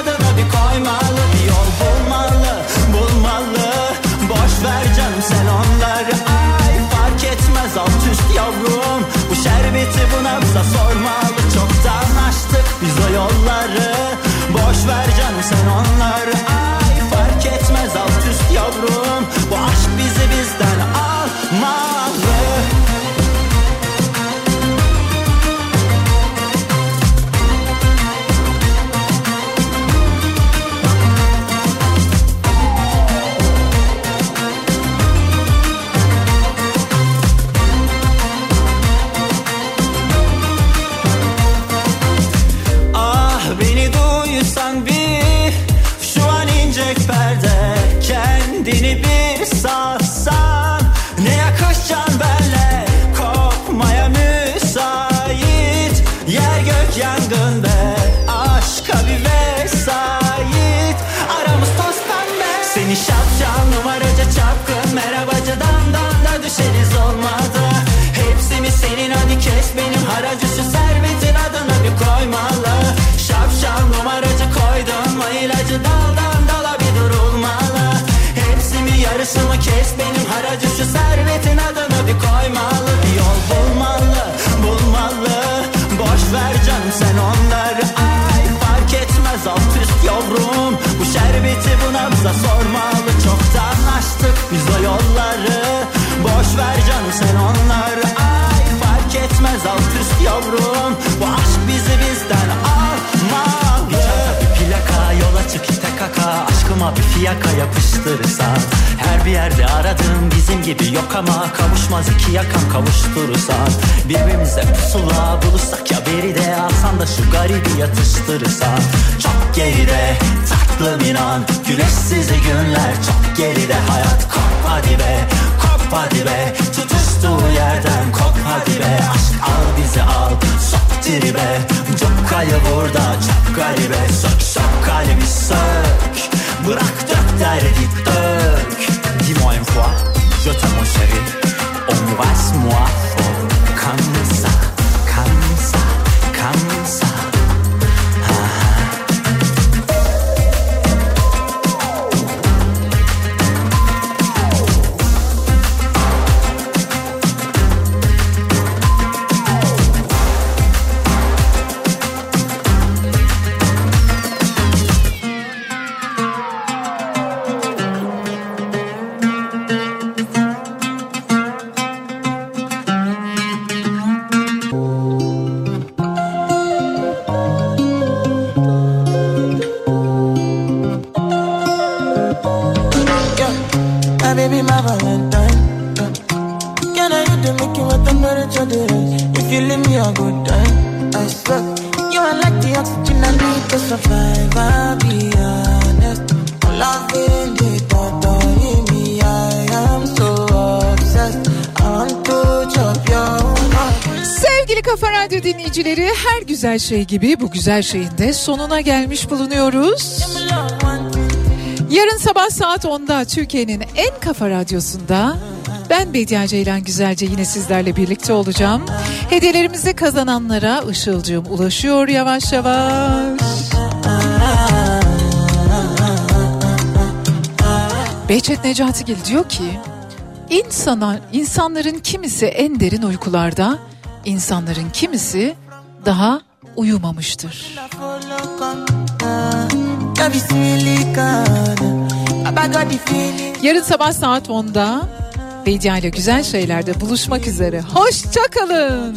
tek perde. Kendini bir satsan ne yakışacaksın benle. Kopmaya müsait yer gök yangın be. Aşka bir vesait, aramız toz pembe. Seni şapşal numaracı çapkın merhabacıdan dan da düşeriz olmadı. Hepsi mi senin, hadi kes benim haracı, şu servetin adına bir koymalı. Şapşal numaracı koydun mu ilacı, daldan dala bir durulmalı. Hepsi mi yarısı mı, kes benim haracı, şu servetin adına bir koymalı. Bir yol bulmalı, bulmalı, boş ver canım sen onları. Ay fark etmez alt üst yavrum, bu şerbeti buna bize sormalı. Çoktan açtık biz o yolları, boş ver canım sen onları. Ay fark etmez alt üst yavrum, bu aşk bizi bizden almalı. Bir çanta bir plaka, yola çık ite kaka, aşkıma bir fiyaka yapıştırırsan. Her bir yerde aradığım bizim gibi yok ama kavuşmaz iki yakam kavuşturursan. Birbirimize pusula bulursak ya beride, alsan da şu garibi yatıştırırsan. Çok geride tatlım inan, güneşsiz günler çok geride. Hayat kop hadi be, kop hadi be, tutuştuğu yerden kop hadi be. Aşk al bizi al, sok tribe, cukkayı burada çok garibe. Sök sök kalbi sök, bırak dök derdi dök. Dis-moi une fois, je t'aime mon chéri, embrasse-moi fort, comme ça, comme ça, comme ça. Her güzel şey gibi bu güzel şeyin de sonuna gelmiş bulunuyoruz. Yarın sabah saat onda Türkiye'nin en kafa radyosunda ben Bediye Ceylan Güzelce yine sizlerle birlikte olacağım. Hediyelerimizi kazananlara Işılcığım ulaşıyor yavaş yavaş. Behçet Necatigil diyor ki insana, insanların kimisi en derin uykularda, insanların kimisi daha uyumamıştır. Yarın sabah saat onda Bediye ile Güzel Şeyler'de buluşmak üzere. Hoşça kalın.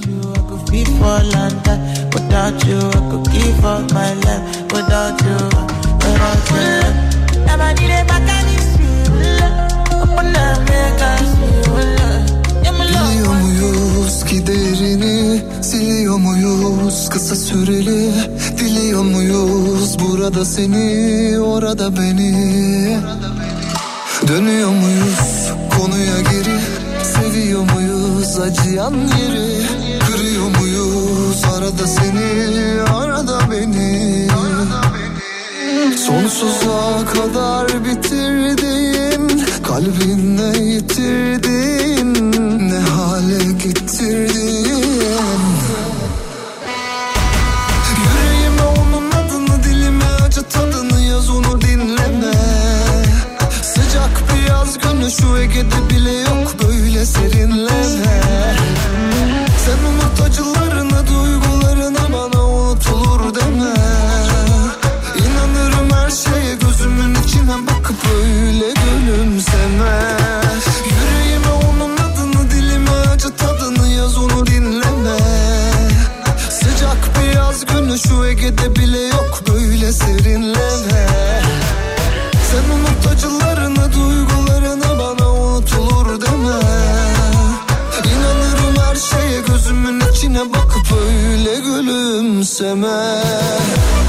Biliyor muyuz giderini, siliyor muyuz kısa süreli, diliyor muyuz burada seni, orada beni. Dönüyor muyuz konuya geri, seviyor muyuz acıyan yeri, kırıyor muyuz arada seni, arada beni. Sonsuza kadar bitirdiğin, kalbinle yitirdin, ne hale getirdin. Yüreğime onun adını, dilime acı tadını yaz, onu dinleme. Sıcak bir yaz günü şu Ege'de bile yok böyle serinleme. Sen unut acılarını, duygularına, bana unutulur deme. İnanırım her şeye, gözümün içine bakıp öyle gülümseme. Yüreğime onun adını, dilime acı tadını yaz, onu dinleme. Sıcak bir yaz günü şu Ege'de bile yok böyle serinleme. Sen unut acılarını, duygularına, bana unutulur deme. İnanırım her şeye, gözümün içine bakıp öyle gülümseme.